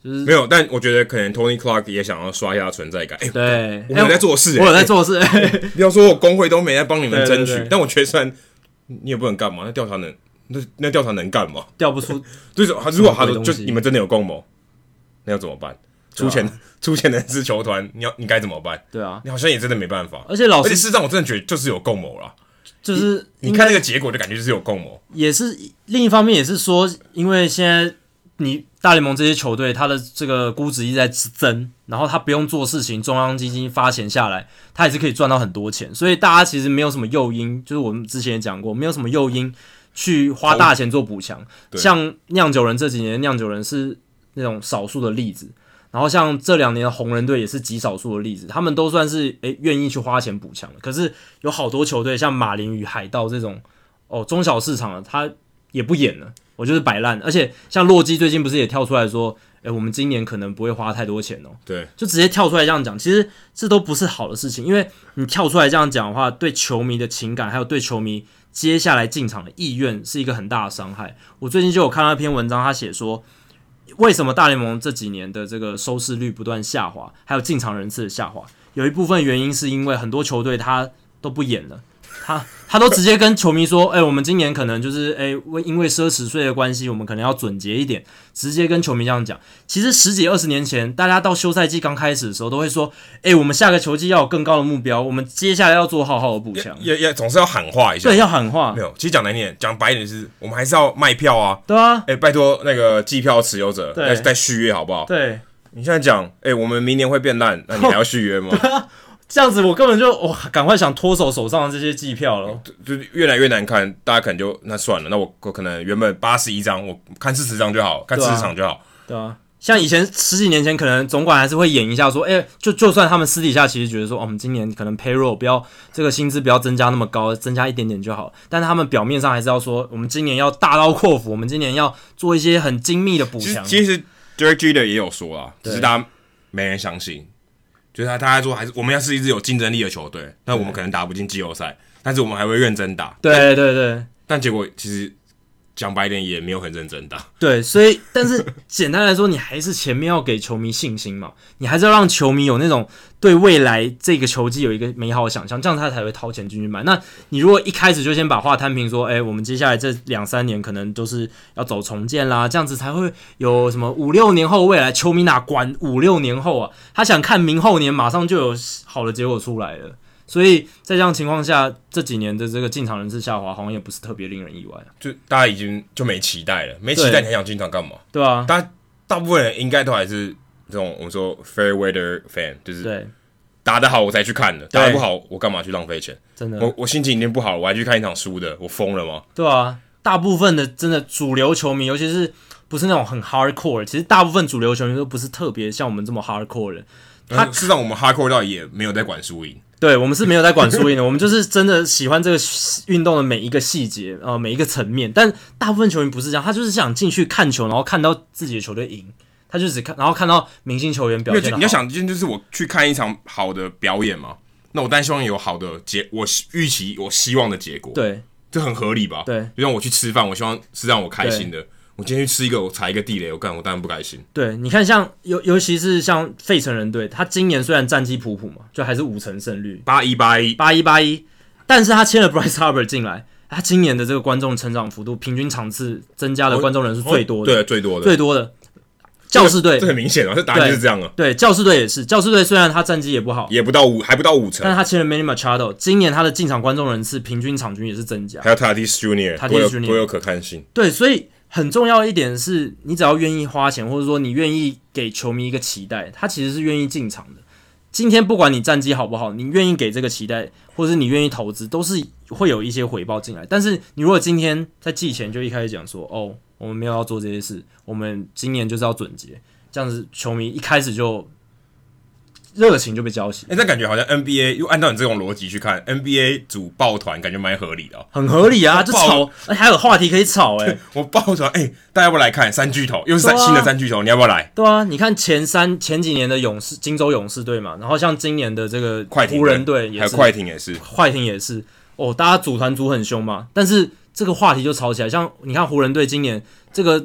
就是没有，但我觉得可能 Tony Clark 也想要刷一下存在感。哎、欸， 对， 我们有在做事、欸， 我有在做事。 不要说我工会都没在帮你们争取， 对对对但我觉得虽然你也不能干嘛，那调查能那那调查能干嘛？ 调不出。 就是如果他说就你们真的有共谋，那要怎么办？出钱、啊、出钱的是球团，你要你该怎么办？ 对啊， 你好像也真的没办法。 而且老师， 而且事实上我真的觉得就是有共谋啦。 就是你看那个结果，就感觉就是有共谋。 也是另一方面，也是说，因为现在你大联盟这些球队，它的这个估值一直在增，然后他不用做事情，中央基金发钱下来，他也是可以赚到很多钱。所以大家其实没有什么诱因，就是我们之前也讲过，没有什么诱因去花大钱做补强。像酿酒人这几年，酿酒人是那种少数的例子。然后像这两年的红人队也是极少数的例子，他们都算是诶愿意去花钱补强的。可是有好多球队像马林鱼、海盗这种哦中小市场的，他也不演了，我就是摆烂。而且像洛基最近不是也跳出来说，诶我们今年可能不会花太多钱哦， 对， 就直接跳出来这样讲。其实这都不是好的事情，因为你跳出来这样讲的话，对球迷的情感还有对球迷接下来进场的意愿是一个很大的伤害。我最近就有看到一篇文章，他写说，为什么大联盟这几年的这个收视率不断下滑，还有进场人次的下滑？有一部分原因是因为很多球队他都不演了，他他都直接跟球迷说，哎、欸，我们今年可能就是哎、欸，因为奢侈税的关系，我们可能要准节一点，直接跟球迷这样讲。其实十几二十年前，大家到休赛季刚开始的时候，都会说，哎、欸，我们下个球季要有更高的目标，我们接下来要做好好的补强， 也也总是要喊话一下， 对，要喊话。 没有，其实讲难听点，讲白一点是，我们还是要卖票啊， 对啊， 哎、欸，拜托那个季票持有者再再续约好不好？ 对， 你现在讲，哎、欸，我们明年会变烂，那你还要续约吗？ 这样子我根本就我赶快想脱手手上的这些季票了， 就越来越难看，大家可能就那算了，那我我可能原本八十一张，我看四十张就好，看四十场就好， 对啊。像以前十几年前，可能总管还是会演一下说，哎、欸，就就算他们私底下其实觉得说，哦，我们今年可能 payroll 不要这个薪资不要增加那么高，增加一点点就好，但是他们表面上还是要说，我们今年要大刀阔斧，我们今年要做一些很精密的补强。 其实 Derek Jeter 也有说啦，只是大家没人相信。就是他，他在说还是我们要是一支有竞争力的球队，那我们可能打不进季后赛，但是我们还会认真打。 对对对， 但结果其实讲白点也没有很认真打。 对，所以但是简单来说，你还是前面要给球迷信心嘛，你还是要让球迷有那种对未来这个球季有一个美好的想象，这样他才会掏钱进去买。那你如果一开始就先把话摊平说，哎，我们接下来这两三年可能都是要走重建啦，这样子才会有什么五六年后未来，球迷哪管五六年后啊？他想看明后年马上就有好的结果出来了。所以在这样情况下，这几年的这个进场人次下滑，好像也不是特别令人意外、啊、 就大家已经就没期待了，没期待你还想进场干嘛？ 对啊， 大大部分人应该都还是这种我们说 fair weather fan， 就是对打得好我才去看的，打得不好我干嘛去浪费钱？ 真的， 我我心情已经不好了，我还去看一场输的，我疯了吗？ 对啊，大部分的真的主流球迷，尤其是不是那种很 hardcore， 其实大部分主流球迷都不是特别像我们这么 hardcore 的。 他事实上我们 hardcore 到也没有在管输赢。 对，我们是没有在管输赢的，我们就是真的喜欢这个运动的每一个细节，呃，每一个层面。但大部分球员不是这样，他就是想进去看球，然后看到自己的球队赢，他就只看，然后看到明星球员表现得好。 你要想，今天就是我去看一场好的表演嘛，那我当然希望有好的结，我预期我希望的结果。 对， 这很合理吧？ 对， 就像我去吃饭，我希望是让我开心的。我今天去吃一个，我踩一个地雷，我干，我当然不开心。 对，你看像尤尤其是像费城人队，他今年虽然战绩普普嘛，就还是五成胜率， 八一八一八一八一，但是他签了 Bryce Harper 进来，他今年的这个观众成长幅度，平均场次增加的观众人数最多的， 哦、对，最多的， 最多的。教士队， 这很明显啊，这答案就是这样啊。 对，教士队也是，教士队虽然他战绩也不好， 也不到五，还不到五成， 但是他签了 Manny Machado， 今年他的进场观众人次平均场均也是增加， 还有 Tatis Junior， 多有多有可看性。 对，所以很重要一点是，你只要愿意花钱，或者说你愿意给球迷一个期待，他其实是愿意进场的。今天不管你战绩好不好，你愿意给这个期待，或者是你愿意投资，都是会有一些回报进来。但是你如果今天在季前就一开始讲说，哦，我们没有要做这些事，我们今年就是要准结，这样子球迷一开始就热情就被浇熄。 哎、欸，但感觉好像 N B A 又按照你这种逻辑去看 ，N B A 组抱团感觉蛮合理的、哦， 很合理啊，就吵，而且还有话题可以吵哎、欸。 我抱团，哎、欸，大家要不要来看三巨头？又是新的三巨头，你要不要来？ 对啊，你看前三前几年的勇士、金州勇士队嘛，然后像今年的这个湖人队也是， 还有快艇也是， 快艇也是。哦，大家组团组很凶嘛，但是这个话题就吵起来。像你看湖人队今年这个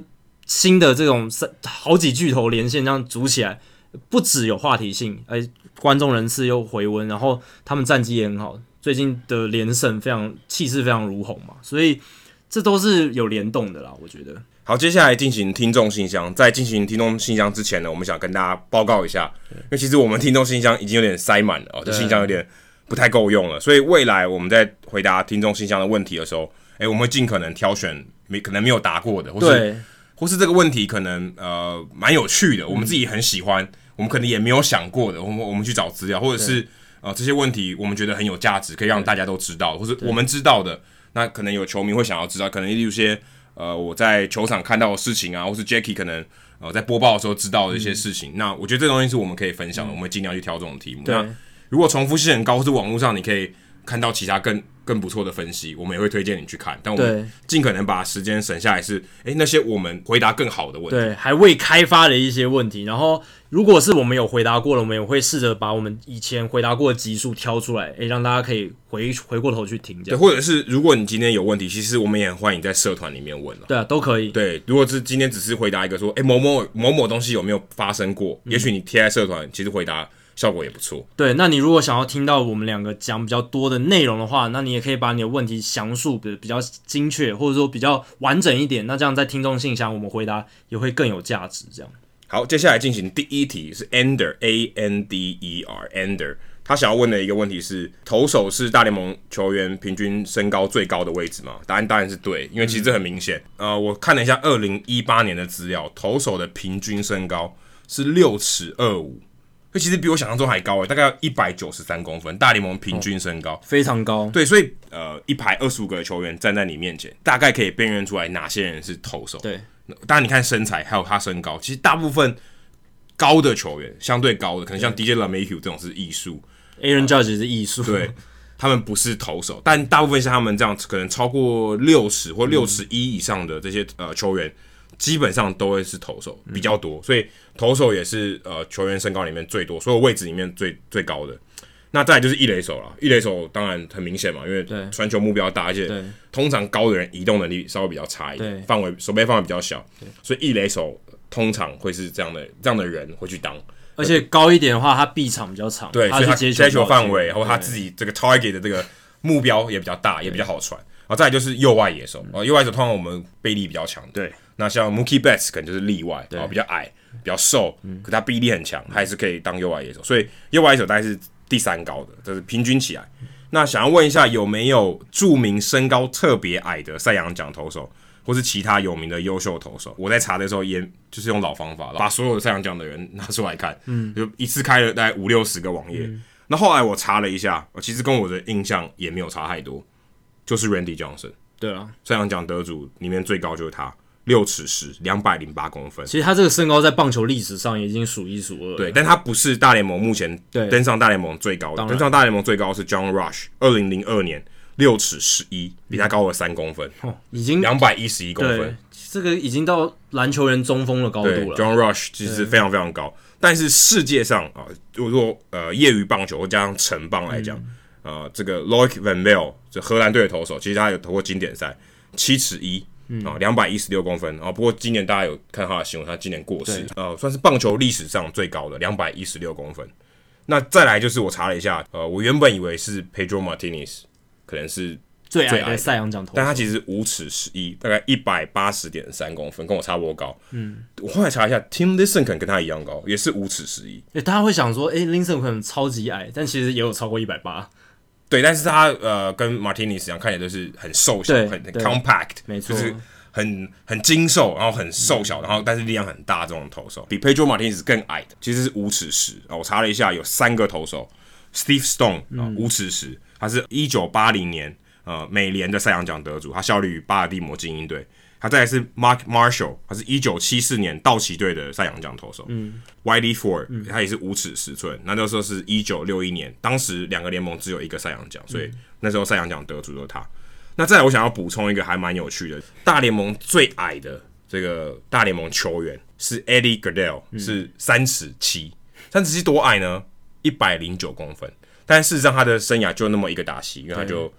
新的这种好几巨头连线这样组起来，不只有话题性，哎，观众人次又回温，然后他们战绩也很好，最近的连胜非常气势非常如虹嘛，所以这都是有联动的啦，我觉得。 好，接下来进行听众信箱。在进行听众信箱之前呢，我们想跟大家报告一下，因为其实我们听众信箱已经有点塞满了哦，这信箱有点不太够用了，所以未来我们在回答听众信箱的问题的时候，哎，我们会尽可能挑选没可能没有答过的，或是或是这个问题可能呃蛮有趣的，我们自己很喜欢，嗯、我们可能也没有想过的，我们我们去找资料，或者是呃这些问题我们觉得很有价值，可以让大家都知道，或是我们知道的，那可能有球迷会想要知道，可能例如一些。呃，我在球场看到的事情啊，或是 Jackie 可能呃在播报的时候知道的一些事情，嗯、那我觉得这东西是我们可以分享的，我们会尽量去挑这种题目。那如果重复性很高，或是网络上你可以看到其他更更不错的分析，我们也会推荐你去看。但我们尽可能把时间省下来是，哎，那些我们回答更好的问题， 对，还未开发的一些问题。然后，如果是我们有回答过了，我们也会试着把我们以前回答过的集数挑出来，哎，让大家可以回回过头去听。这样， 对，或者是如果你今天有问题，其实我们也很欢迎在社团里面问了。 对啊，都可以。 对，如果是今天只是回答一个说，哎，某某某某东西有没有发生过？嗯、也许你贴在社团，其实回答。效果也不错。 对，那你如果想要听到我们两个讲比较多的内容的话，那你也可以把你的问题详述比比较精确，或者说比较完整一点。那这样在听众信箱我们回答也会更有价值。这样。 好，接下来进行第一题是 Ender A N D E R Ender， 他想要问的一个问题是：投手是大联盟球员平均身高最高的位置吗？答案当然是对，因为其实这很明显。嗯、呃，我看了一下二零一八年的资料，投手的平均身高是六尺二五。其实比我想象中还高诶，大概要一百九十三公分，大联盟平均身高、哦、 非常高。 对，所以呃，一排二十五个球员站在你面前，大概可以辨认出来哪些人是投手。 对， 当然你看身材还有他身高，其实大部分高的球员，相对高的，可能像 D J LeMahieu 这种是艺术 ，Aaron Judge 是艺术， 对，他们不是投手，但大部分像他们这样可能超过六十或六十一以上的这些呃球员。基本上都会是投手比较多，所以投手也是呃球员身高里面最多，所有位置里面最最高的。那再来就是一垒手了，一垒手当然很明显嘛，因为传球目标大，而且通常高的人移动能力稍微比较差一点，范围手背范围比较小，所以一垒手通常会是这样的这样的人会去当。 而且高一点的话，他臂长比较长， 对，所以他接球范围，然后他对自己这个 target 的这个目标也比较大，也比较好传。然后再来就是右外野手，嗯、右外野手通常我们臂力比较强， 对。 那像 Mookie Betts 可能就是例外，然后比较矮、比较瘦，嗯、可他臂力很强，他还是可以当右外野手。所以右外野手大概是第三高的，这是平均起来。那想要问一下，有没有著名身高特别矮的赛扬奖投手，或是其他有名的优秀投手？我在查的时候也就是用老方法，把所有的赛扬奖的人拿出来看，嗯，就一次开了大概五六十个网页。嗯、那后来我查了一下，其实跟我的印象也没有差太多，就是 Randy Johnson。 对啊， 赛扬奖得主里面最高就是他。六尺十，两百零八公分。 其实他这个身高在棒球历史上已经数一数二了。 对，但他不是大联盟目前登上大联盟最高的。登上大联盟最高是 John Rush， 二零零二年六尺十一，比他高了三公分， 哦、已经两百一十一公分。 这个已经到篮球人中锋的高度了。 John Rush 其实非常非常高，但是世界上啊，如果呃业余棒球或加上成棒来讲，嗯、呃，这个 Loic Van Vel 这荷兰队的投手，其实他有投过经典赛，七尺一。嗯，啊，两百一十六公分啊！不过今年大家有看他的新闻，他今年过世，呃，算是棒球历史上最高的两百一十六公分。那再来就是我查了一下，呃，我原本以为是 Pedro Martinez 可能是最矮的赛扬奖投手， 但他其实五尺十一，大概一百八十点三公分，跟我差不多高。嗯，我后来查一下 ，Tim Lincecum 可能跟他一样高，也是五尺十一。 诶，大家会想说，诶 ，Lincecum 可能超级矮，但其实也有超过一百八。 对，但是他呃跟 Martinez 一样，看起来都是很瘦小、很很 compact， 没错， 就是很很精瘦，然后很瘦小，然后但是力量很大这种投手，比 Pedro Martinez 更矮的其实是五尺十啊。我查了一下，有三个投手 ，Steve Stone 啊五尺十，他是一九八零年呃美联的赛扬奖得主，他效力于巴尔的摩精英队。他再来是 Mark Marshall， 他是一九七四年道奇队的赛扬奖投手。嗯 ，Whitey Ford，、嗯、他也是五尺十寸。那那时候是一九六一年，当时两个联盟只有一个赛扬奖，所以那时候赛扬奖得主就是他。那再来，我想要补充一个还蛮有趣的，大联盟最矮的这个大联盟球员是 Eddie Goodell，、嗯、是三尺七，三尺七多矮呢？一百零九公分。但事实上他的生涯就那么一个打席，因为他就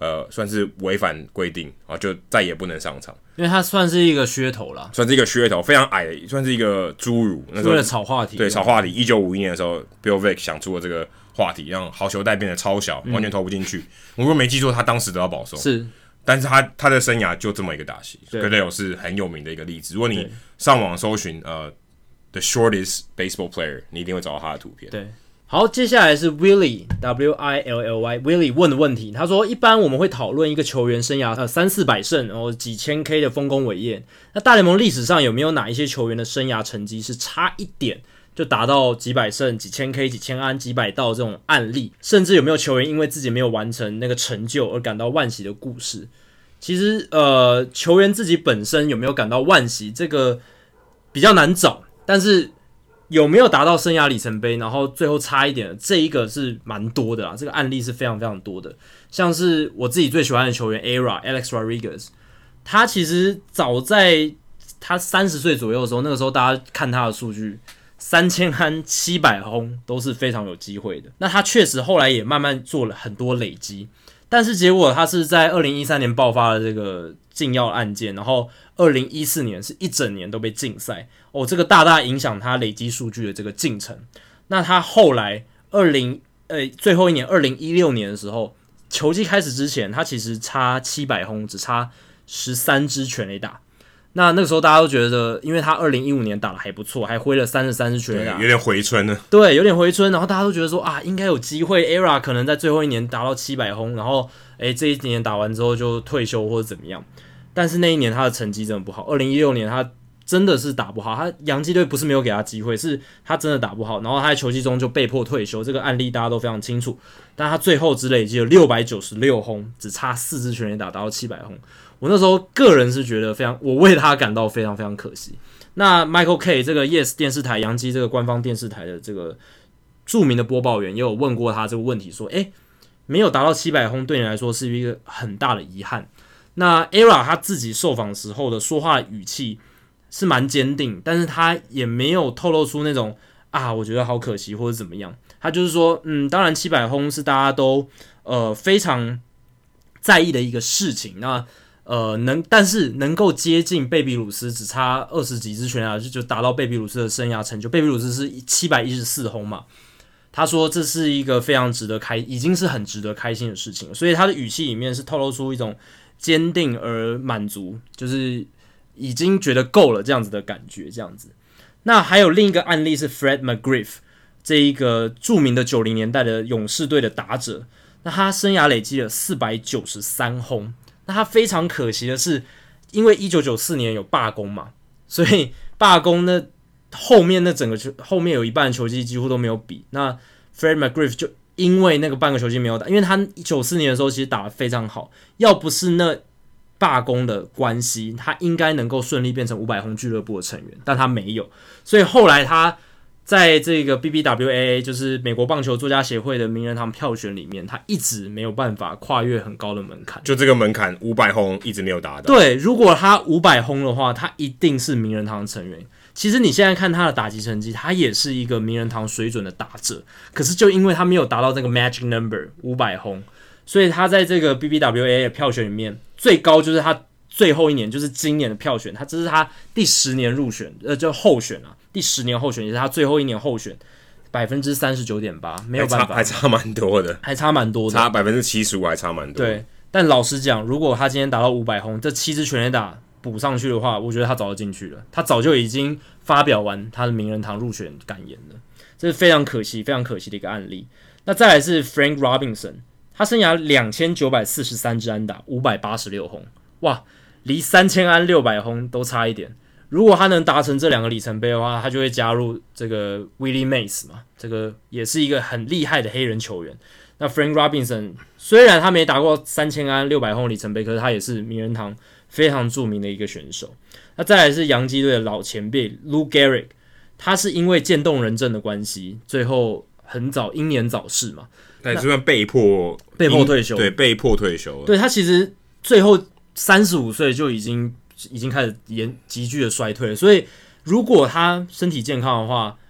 呃算是违反规定啊，就再也不能上场。 因为他算是一个噱头啦， 算是一个噱头，非常矮的，算是一个侏儒。那时候为了炒话题， 对，炒话题。一九五一年的时候 ，Bill Vick 想出了这个话题，让好球带变得超小，完全投不进去。嗯、我如果没记错，他当时得到保送。 是。 但是他他的生涯就这么一个打席 ，Goodell 是很有名的一个例子。如果你上网搜寻呃 The Shortest Baseball Player， 你一定会找到他的图片。 对，好，接下来是 Willie W I L L Y Willie 问的问题，他说：一般我们会讨论一个球员生涯呃三四百胜，然后几千 K 的丰功伟业。那大联盟历史上有没有哪一些球员的生涯成绩是差一点就达到几百胜、几千 K、几千安、几百道这种案例，甚至有没有球员因为自己没有完成那个成就而感到惋惜的故事？其实，呃，球员自己本身有没有感到惋惜，这个比较难找，但是有没有达到生涯里程碑，然后最后差一点的，这一个是蛮多的啦，这个案例是非常非常多的。像是我自己最喜欢的球员 E R A Alex Rodriguez， 他其实早在他三十岁左右的时候，那个时候大家看他的数据。三千安七百轰都是非常有机会的。那他确实后来也慢慢做了很多累积，但是结果他是在二零一三年爆发了这个禁药案件，然后二零一四年是一整年都被禁赛哦，这个大大影响他累积数据的这个进程。那他后来二零呃最后一年二零一六年的时候，球季开始之前，他其实差七百轰，只差十三支全垒打。那那个时候大家都觉得，因为他二零一五年打得还不错，还挥了三十三支全垒打， 有点回春了。 对，有点回春。然后大家都觉得说啊，应该有机会 E R A 可能在最后一年达到七百轰，然后诶这一年打完之后就退休或者怎么样。但是那一年他的成绩真的不好，二零一六年他真的是打不好，他洋基队不是没有给他机会，是他真的打不好，然后他在球季中就被迫退休，这个案例大家都非常清楚。但他最后只累积了六百九十六轰，只差四支全垒打达到七百轰。我那时候个人是觉得非常，我为他感到非常非常可惜。那 Michael Kay 这个 Yes 电视台洋基这个官方电视台的这个著名的播报员也有问过他这个问题，说：诶，没有达到七百轰对你来说是一个很大的遗憾。那 E R A 他自己受访时候的说话语气是蛮坚定，但是他也没有透露出那种啊我觉得好可惜或者怎么样。他就是说，嗯，当然七百轰是大家都呃非常在意的一个事情。那呃，能，但是能够接近贝比鲁斯，只差二十几支全垒打就达到贝比鲁斯的生涯成就。贝比鲁斯是七百一十四轰嘛，他说这是一个非常值得开，已经是很值得开心的事情了。所以他的语气里面是透露出一种坚定而满足，就是已经觉得够了这样子的感觉。这样子，那还有另一个案例是 Fred McGriff 这一个著名的九零年代的勇士队的打者，那他生涯累积了四百九十三轰。那他非常可惜的是，因为一九九四年有罢工嘛，所以罢工那后面那整个球后面有一半的球季几乎都没有比。那 Fred McGriff 就因为那个半个球季没有打，因为他九四年的时候其实打得非常好，要不是那罢工的关系，他应该能够顺利变成五百轰俱乐部的成员，但他没有，所以后来他在这个 B B W A A 就是美国棒球作家协会的名人堂票选里面，他一直没有办法跨越很高的门槛， 就这个门槛五百轰一直没有达到。 对，如果他五百轰的话，他一定是名人堂成员。其实你现在看他的打击成绩，他也是一个名人堂水准的打者，可是就因为他没有达到这个 magic number 五百轰，所以他在这个 B B W A A 的票选里面最高就是他最后一年，就是今年的票选，他这是他第十年入选，呃，就候选啊，第十年候选也是他最后一年候选，百分之三十九点八，没有办法， 还差蛮多的， 还差蛮多的， 差百分之七十五，还差蛮多的。 对，但老实讲，如果他今天达到五百轰，这七支全垒打补上去的话，我觉得他早就进去了，他早就已经发表完他的名人堂入选感言了，这是非常可惜、非常可惜的一个案例。那再来是 Frank Robinson， 他生涯两千九百四十三支安打，五百八十六轰，哇！离三千安六百轰都差一点，如果他能达成这两个里程碑的话，他就会加入这个 Willie Mays 嘛，这个也是一个很厉害的黑人球员。那 Frank Robinson 虽然他没打过三千安六百轰里程碑，可是他也是名人堂非常著名的一个选手。那再来是洋基队的老前辈 Lou Gehrig， 他是因为渐冻人症的关系，最后很早英年早逝嘛， 但是算被迫被迫退休， 对，被迫退休了。 对，他其实最后三十五岁就已经已经开始严急剧的衰退了，所以如果他身体健康的话，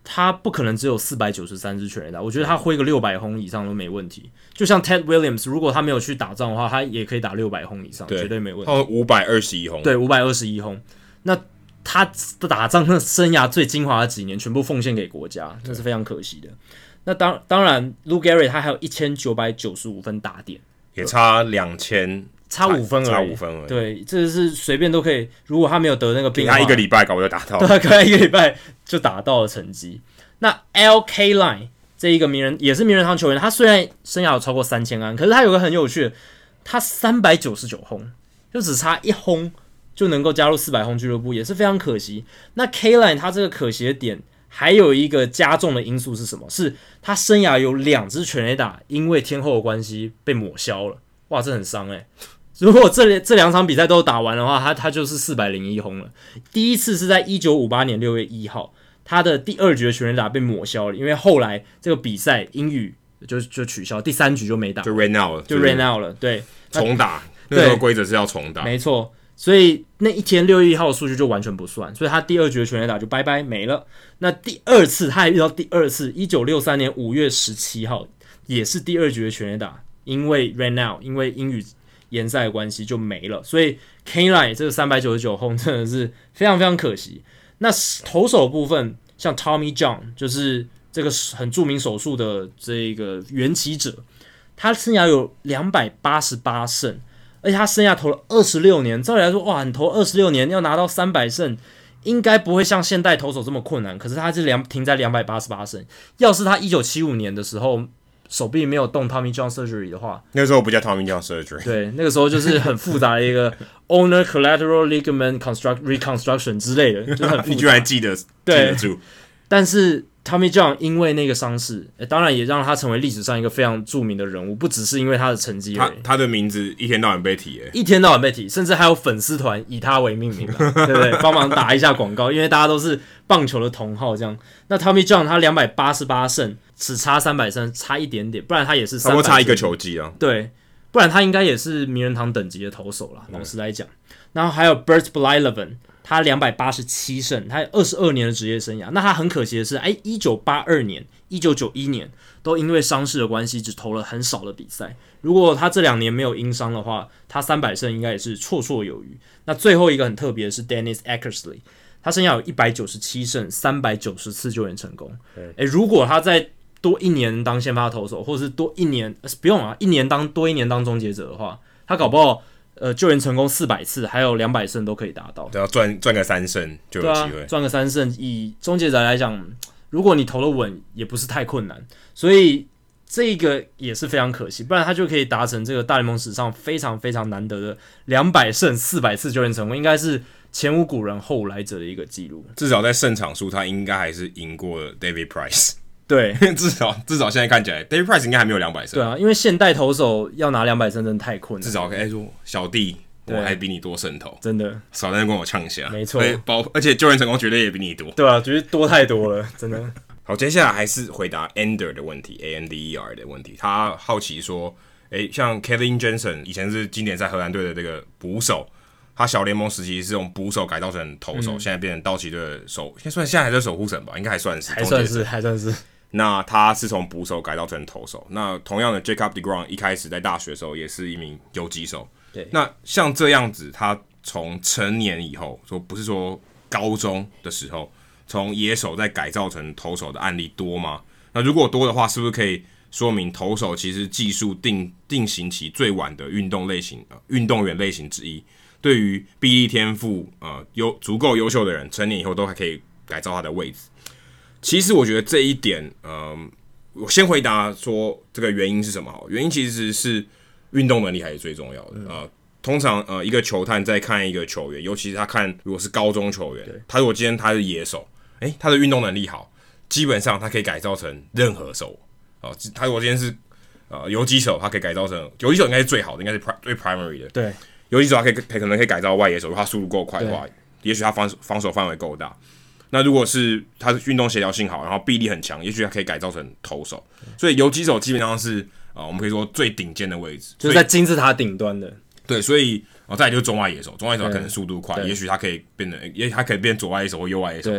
他不可能只有四百九十三支全垒打，我觉得他挥个六百轰以上都没问题。就像 Ted Williams， 如果他没有去打仗的话，他也可以打六百轰以上，绝对没问题。 他五百二十一轰， 对，五百二十一轰。那他打仗的生涯最精华的几年，全部奉献给国家，那是非常可惜的。那当当然 ，Lou Gehrig 他还有一千九百九十五分打点， 也差两千， 差五分而已， 差五分而已。 对，这是随便都可以。如果他没有得那个病， 他一个礼拜搞不就打到， 对，他一个礼拜就打到了成绩。那 L Kaline 这一个名人也是名人堂球员，他虽然生涯有超过三千安，可是他有个很有趣的，他三百九十九轰，就只差一轰就能够加入四百轰俱乐部，也是非常可惜。那 Kaline 他这个可惜的点。还有一个加重的因素是什么？是他生涯有两支全垒打因为天候的关系被抹消了，哇，这很伤哎、欸！如果这这两场比赛都打完的话，他他就是四百零一轰了。第一次是在一九五八年六月一号，他的第二局的全垒打被抹消了，因为后来这个比赛英语就就取消，第三局就没打， 就 rain out 了， 就 rain out 了，对， 重打，那个规则是要重打， 没错。所以那一天六月一号的数据就完全不算，所以他第二局的全垒打就拜拜没了。那第二次他还遇到第二次，一九六三年五月十七号也是第二局的全垒打，因为 rain out， 因为英语延赛的关系就没了。所以 Kaline 这个三百九十九轰真的是非常非常可惜。那投手的部分，像 Tommy John 就是这个很著名手术的这个缘起者，他生涯有两百八十八胜。而且他生涯投了二十六年，照理来说，哇，你投二十六年要拿到三百胜，应该不会像现代投手这么困难。可是他是两停在两百八十八胜。要是他一九七五年的时候手臂没有动 Tommy John surgery 的话， 那个时候不叫 Tommy John surgery， 对，那个时候就是很复杂的一个 ulnar collateral ligament construct reconstruction 之类的，就很复杂。 你居然记得记得住？ 但是 Tommy John 因为那个伤势，当然也让他成为历史上一个非常著名的人物，不只是因为他的成绩而已。 他他的名字一天到晚被提，欸， 一天到晚被提，甚至还有粉丝团以他为命名，对不对？帮忙打一下广告，因为大家都是棒球的同好，这样。那 Tommy John 他两百八十八胜，只差三百胜，差一点点，不然他也是差不多差一个球季啊。 对，不然他应该也是名人堂等级的投手啦。老实来讲，然后还有 Bert Blyleven。他两百八十七胜，他有二十二年的职业生涯。那他很可惜的是，哎，一九八二年、一九九一年都因为伤势的关系，只投了很少的比赛。如果他这两年没有因伤的话，他三百胜应该也是绰绰有余。那最后一个很特别的是 Dennis Eckersley， 他生涯有一百九十七胜、三百九十次救援成功。哎，如果他再多一年当先发投手，或者是多一年，呃、不用啊，一年当多一年当终结者的话，他搞不好。呃，救援成功四百次，还有两百胜都可以达到。 对啊，赚赚个三胜就有机会。 赚、啊、个三胜，以终结者来讲，如果你投得稳，也不是太困难。所以这个也是非常可惜，不然他就可以达成这个大联盟史上非常非常难得的两百胜、四百次救援成功，应该是前无古人后无来者的一个记录。 至少在胜场数，他应该还是赢过了 David Price。 对， 至少至少现在看起来 ，David Price 应该还没有两百胜。 对啊，因为现代投手要拿两百胜真的太困难。 至少可以说，小弟我还比你多胜投， 真的少在那跟我呛下。 没错， 而且救援成功绝对也比你多。 对啊，绝对多太多了，真的。 好，接下来还是回答 Ender 的问题 ，A N D E R 的问题。他好奇说，诶，像 Kevin Jensen 以前是经典赛荷兰队的这个捕手，他小联盟时期是用捕手改造成投手，嗯、现在变成道奇队的守，应该算现在还是守护神吧，应该还算是， 还算是，还算是。 那他是从捕手改造成投手。那同样的 Jacob deGrom 一开始在大学的时候也是一名游击手。 对。 那像这样子，他从成年以后，说不是说高中的时候，从野手再改造成投手的案例多吗？那如果多的话，是不是可以说明投手其实技术定定型期最晚的运动类型呃运动员类型之一？对于臂力天赋呃有足够优秀的人，成年以后都还可以改造他的位置。其实我觉得这一点，呃，我先回答说这个原因是什么好？原因其实是运动能力还是最重要的。呃，通常呃一个球探在看一个球员，尤其是他看如果是高中球员，他如果今天他是野手，诶，他的运动能力好，基本上他可以改造成任何手。哦、呃，他如果今天是呃游击手，他可以改造成游击手应该是最好的，应该是最 primary 的。 对， 游击手他可以可能可以改造外野手，如果他速度够快的话，也许他防防守范围够大。那如果是他运动协调性好，然后臂力很强，也许他可以改造成投手。所以游击手基本上是呃，我们可以说最顶尖的位置， 就是在金字塔顶端的。 对，所以哦，再来就是中外野手，中外野手他可能速度快，也许他可以变得，也许他可以变左外野手或右外野手，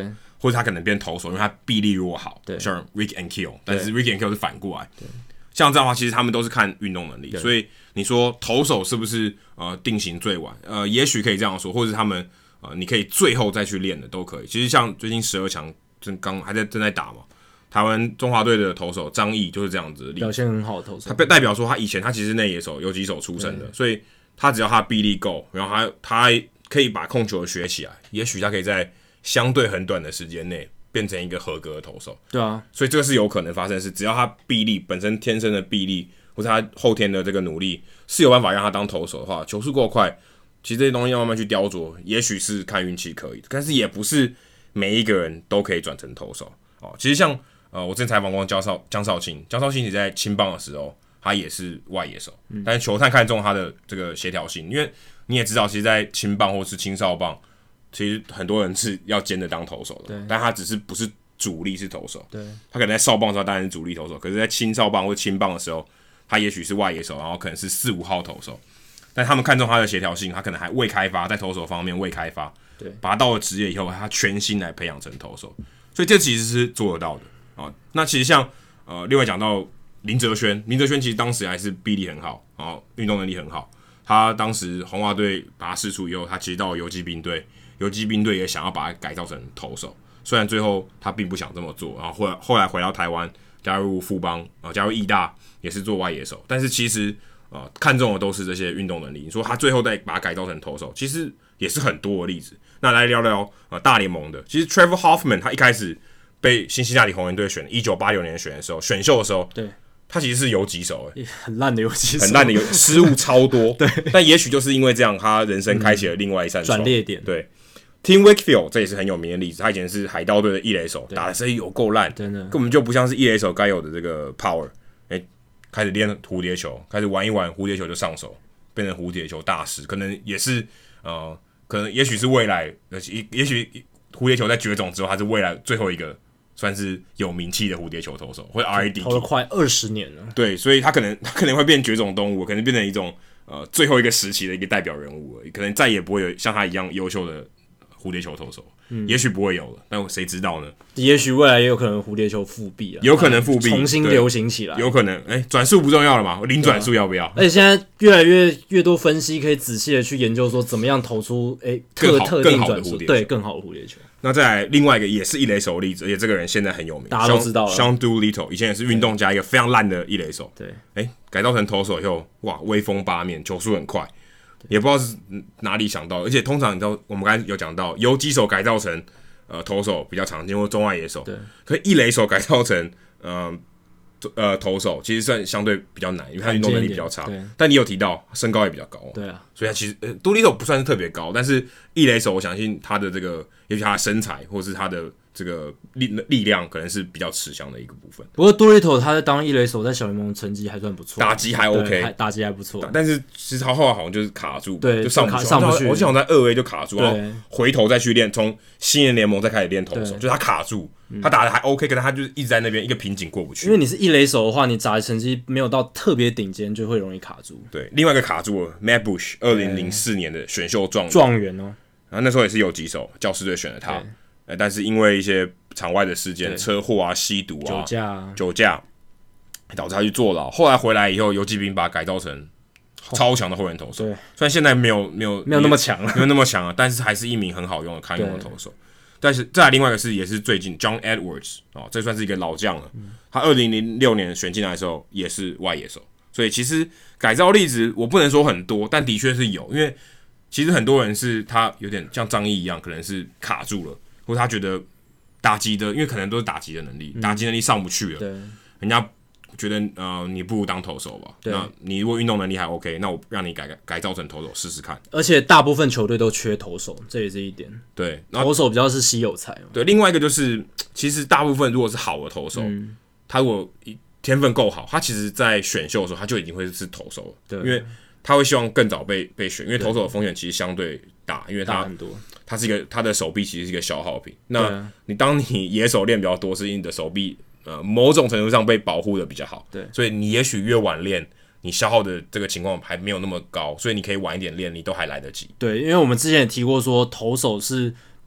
或者他可能变投手，因为他臂力如果好， 对， 像 Rick and Kill， 但是 Rick and Kill 是反过来，对，像这样的话，其实他们都是看运动能力，所以你说投手是不是呃定型最晚？呃，也许可以这样说，或者是他们呃你可以最后再去练的都可以。其实像最近十二强正刚还在正在打嘛，台湾中华队的投手张毅就是这样子的例子， 表现很好的投手， 他代表说他以前他其实是内野手、游击手出身的，所以他只要他臂力够，然后他他可以把控球学起来，也许他可以在相对很短的时间内变成一个合格的投手。 对啊， 所以这个是有可能发生的事，只要他臂力本身天生的臂力，或者他后天的这个努力是有办法让他当投手的话，球速够快，其实这些东西要慢慢去雕琢，也许是看运气可以，但是也不是每一个人都可以转成投手哦。其实像呃，我之前采访过江少江少庆，江少庆你在青棒的时候，他也是外野手，嗯、但是球探看中他的这个协调性，因为你也知道，其实，在青棒或是青少棒，其实很多人是要兼着当投手的，但他只是不是主力是投手， 对， 他可能在少棒的时候当然是主力投手，可是在青少棒或青棒的时候，他也许是外野手，然后可能是四五号投手，但他们看中他的协调性，他可能还未开发，在投手方面未开发， 对， 把他到了职业以后，他全心来培养成投手，所以这其实是做得到的啊。那其实像呃，另外讲到林哲轩，林哲轩其实当时还是臂力很好，然后运动能力很好。他当时红袜队把他释出以后，他其实到了游击兵队，游击兵队也想要把他改造成投手，虽然最后他并不想这么做，然后后来后来回到台湾，加入富邦啊，加入义大也是做外野手，但是其实呃看中的都是这些运动能力。你说他最后再把他改造成投手，其实也是很多的例子。那来聊聊呃大联盟的，其实 Trevor Hoffman 他一开始被辛辛那提红人队选，一九八九年选的时候，选秀的时候， 对。 他其实是游击手，哎， 很烂的游击手， 很烂的游，失误超多。对，但也许就是因为这样，他人生开启了另外一扇窗。 转捩点。 对 ，Tim Wakefield 这也是很有名的例子，他以前是海盗队的一垒手，打的是有够烂， 真的根本就不像是一垒手该有的这个 power。哎，开始练蝴蝶球，开始玩一玩蝴蝶球就上手，变成蝴蝶球大师，可能也是呃，可能也许是未来，也也许蝴蝶球在绝种之后，他是未来最后一个。算是有名气的蝴蝶球投手，或者 R A D 投了快二十年了。 对，所以他可能他可能会变绝种动物，可能变成一种呃最后一个时期的一个代表人物而已，可能再也不会有像他一样优秀的蝴蝶球投手，嗯、也许不会有了，但谁知道呢？ 也许未来也有可能蝴蝶球复辟了， 有可能复辟， 重新流行起来， 有可能。哎、欸，转速不重要了嘛？零转速要不要？ 而且现在越来越越多分析可以仔细的去研究说怎么样投出哎、欸、特特定转速，对更好的蝴蝶球。 那再来另外一个也是一垒手的例子，而且这个人现在很有名， 大家都知道了。 Sean Doolittle 以前也是运动家，一个非常烂的一垒手。 对， 哎、欸，改造成投手以后，哇，威风八面，球速很快，也不知道是哪里想到。而且通常你知道，我们刚才有讲到，游击手改造成呃投手比较常见，或中外野手。 对， 可是一垒手改造成呃呃投手，其实算相对比较难，因为他运动能力比较差。但你有提到身高也比较高， 对啊， 所以他其实呃杜立手不算是特别高，但是一垒手我相信他的这个，也许他的身材或是他的这个力力量，可能是比较吃香的一个部分。 不过杜立头他在当一垒手，在小联盟成绩还算不错， 打击还 OK， 打击还不错， 但是其实他后来好像就是卡住， 对， 就上不去， 上不去。 我想在二 A 就卡住，然后回头再去练，从新人联盟再开始练投手，就是他卡住。他打的还 OK， 可是他就是一直在那边一个瓶颈过不去。 因为你是一垒手的话，你打的成绩没有到特别顶尖，就会容易卡住。 对，另外一个卡住了 Matt Bush， 二零零四年的选秀状元状元哦， 然后那时候也是游击手，教士队选了他，呃，但是因为一些场外的事件，车祸啊、吸毒啊、 酒驾、啊、 酒驾，导致他去坐牢。后来回来以后，游击兵把他改造成超强的后援投手。对，虽然现在没有没有没有那么强了， 没有那么强了，但是还是一名很好用的堪用的投手。但是再来另外一个是也是最近 John Edwards 哦，这算是一个老将了。嗯、他二零零六年选进来的时候也是外野手，所以其实改造例子我不能说很多，但的确是有。因为其实很多人是他有点像张毅一样，可能是卡住了，或者他觉得打击的，因为可能都是打击的能力，嗯、打击能力上不去了， 对， 人家觉得呃你不如当投手吧。那你如果运动能力还 OK， 那我让你改改造成投手试试看。 而且大部分球队都缺投手，这也是一点。 对， 投手比较是稀有才。 对，另外一个就是，其实大部分如果是好的投手，嗯、他如果天分够好，他其实在选秀的时候他就已经会是投手了。对，因为他会希望更早被被选，因为投手的风险其实相对大，因为他很多， 他是一个他的手臂其实是一个消耗品。那你当你野手练比较多，是因为你的手臂。呃，某种程度上被保护的比较好，对，所以你也许越晚练，你消耗的这个情况还没有那么高，所以你可以晚一点练，你都还来得及。 对，因为我们之前也提过说，投手是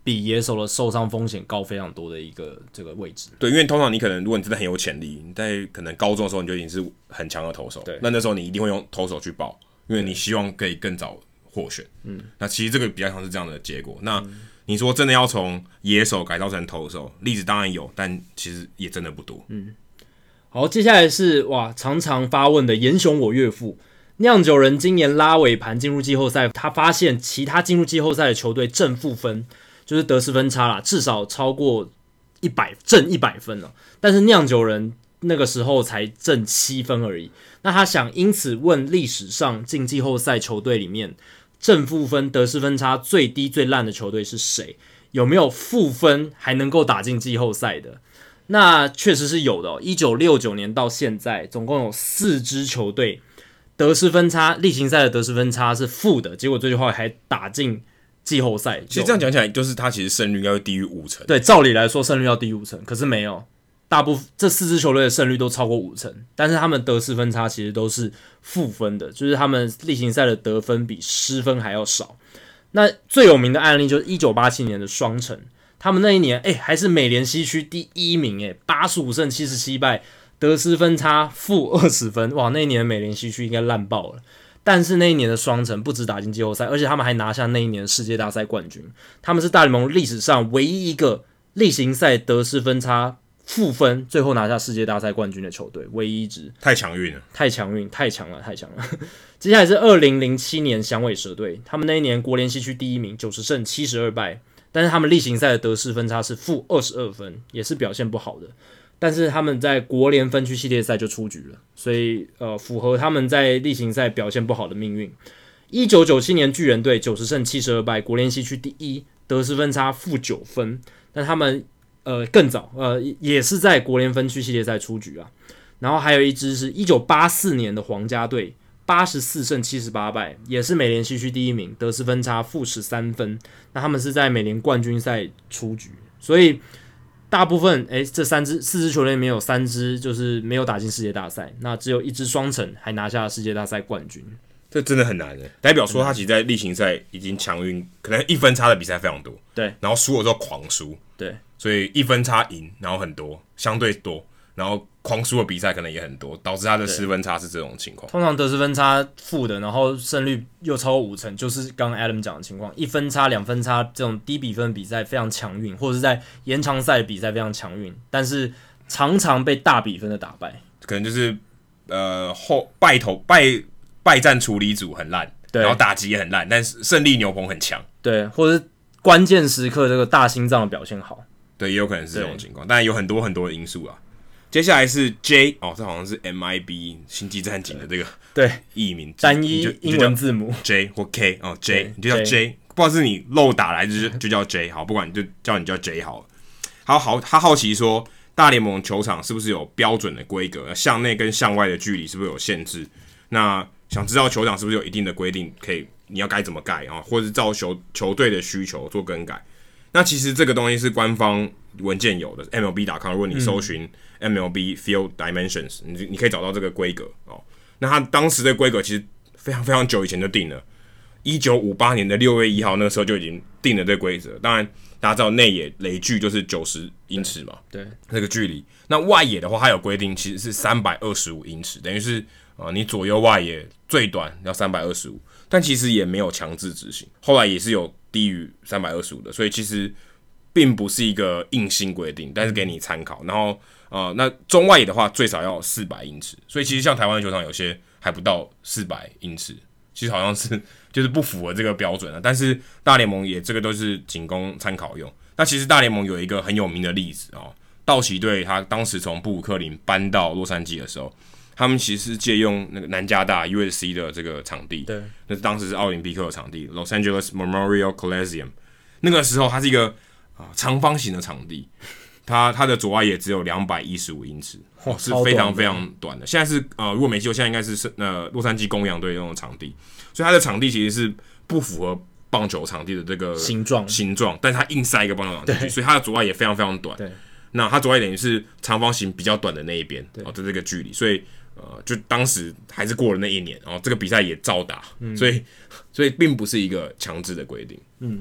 比野手的受伤风险高非常多的一个这个位置。 对，因为通常你可能如果你真的很有潜力，你在可能高中的时候你就已经是很强的投手， 对， 那那时候你一定会用投手去报，因为你希望可以更早获选。嗯，那其实这个比较像是这样的结果。那、嗯、你说真的要从野手改造成投手，例子当然有，但其实也真的不多。 嗯，好，接下来是哇常常发问的严雄我岳父。酿酒人今年拉尾盘进入季后赛，他发现其他进入季后赛的球队正负分，就是得失分差啦，至少超过一百正一百分了。但是酿酒人那个时候才正七分而已。那他想因此问历史上进季后赛球队里面正负分得失分差最低最烂的球队是谁？有没有负分还能够打进季后赛的？那确实是有的哦。一九六九年到现在，总共有四支球队。得失分差，例行赛的得失分差是负的，结果最后还打进季后赛。 其实这样讲起来，就是他其实胜率应该会低于五成。 对，照理来说胜率要低于五成，可是没有，大部分这四支球队的胜率都超过五成，但是他们得失分差其实都是负分的，就是他们例行赛的得分比失分还要少。那最有名的案例就是一九八七年的双城，他们那一年哎还是美联西区第一名哎，八十五胜七十七败。得失分差负二十分，哇！那一年的美联西区应该烂爆了。但是那一年的双城不止打进季后赛，而且他们还拿下那一年的世界大赛冠军。他们是大联盟历史上唯一一个例行赛得失分差负分，最后拿下世界大赛冠军的球队，唯一一支。 太强运了， 太强运，太强了，太强了。接下来是二零零七年响尾蛇队，他们那一年国联西区第一名，九十胜七十二败，但是他们例行赛的得失分差是负二十二分，也是表现不好的。但是他们在国联分区系列赛就出局了，所以呃符合他们在例行赛表现不好的命运。一九九七年巨人队九十胜七十二败，国联西区第一，得失分差负九分，但他们呃更早呃也是在国联分区系列赛出局啊。然后还有一支是一九八四年的皇家队，八十四胜七十八败，也是美联西区第一名，得失分差负十三分，那他们是在美联冠军赛出局，所以。大部分诶，这三支四支球队里面有三支就是没有打进世界大赛，那只有一支双城还拿下了世界大赛冠军， 这真的很难的。代表说他其实在例行赛已经强运，可能一分差的比赛非常多， 对， 然后输的时候狂输， 对， 所以一分差赢，然后很多，相对多，然后狂输的比赛可能也很多，导致他的失分差是这种情况。 通常得失分差负的，然后胜率又超过五成，就是刚刚 Adam 讲的情况。一分差、两分差这种低比分的比赛非常强运，或者是在延长赛的比赛非常强运，但是常常被大比分的打败。 可能就是呃后败投败败战处理组很烂，然后打击也很烂，但是胜利牛棚很强。 对，或者是关键时刻这个大心脏的表现好。 对，也有可能是这种情况，但有很多很多的因素啊。接下来是 J 哦，这好像是 M I B 星际战警的这个对译名， 单一英文字母 J 或 K 哦 J， 你就叫 J， 不知道是你漏打来就就叫 J， 好，不管你就叫你叫 J 好了。好好，他好奇说，大联盟球场是不是有标准的规格？向内跟向外的距离是不是有限制？那想知道球场是不是有一定的规定，可以你要该怎么改啊，或者是照球球队的需求做更改？那其实这个东西是官方文件有的 ，M L B 点 com， 如果你搜寻 M L B Field Dimensions， 你你可以找到这个规格哦。那它当时的规格其实非常非常久以前就定了，一九五八年的六月一号那个时候就已经定了这个规则。当然大家知道内野垒距就是九十英尺嘛， 对， 那个距离。那外野的话，它有规定其实是三百二十五英尺，等于是啊、呃，你左右外野最短要三百二十五，但其实也没有强制执行。后来也是有低于三百二十五的，所以其实并不是一个硬性规定，但是给你参考。然后呃，那中外野的话最少要四百英尺，所以其实像台湾的球场有些还不到四百英尺，其实好像是就是不符合这个标准的。但是大联盟也这个都是仅供参考用。那其实大联盟有一个很有名的例子哦，道奇队他当时从布鲁克林搬到洛杉矶的时候，他们其实是借用那个南加大 U S C 的这个场地， 对， 那当时是奥林匹克的场地 Los Angeles Memorial Coliseum。那个时候它是一个啊长方形的场地，它它的左外野只有两百一十五英尺，哦，是非常非常短的。现在是呃，如果没记错，现在应该是呃洛杉矶公羊队那种场地，所以它的场地其实是不符合棒球场地的这个形状形状，但是它硬塞一个棒球场地，所以它的左外野非常非常短。 对， 那它左外野等于是长方形比较短的那一边哦的这个距离，所以呃，就当时还是过了那一年，然后这个比赛也照打，嗯、所以所以并不是一个强制的规定。 嗯，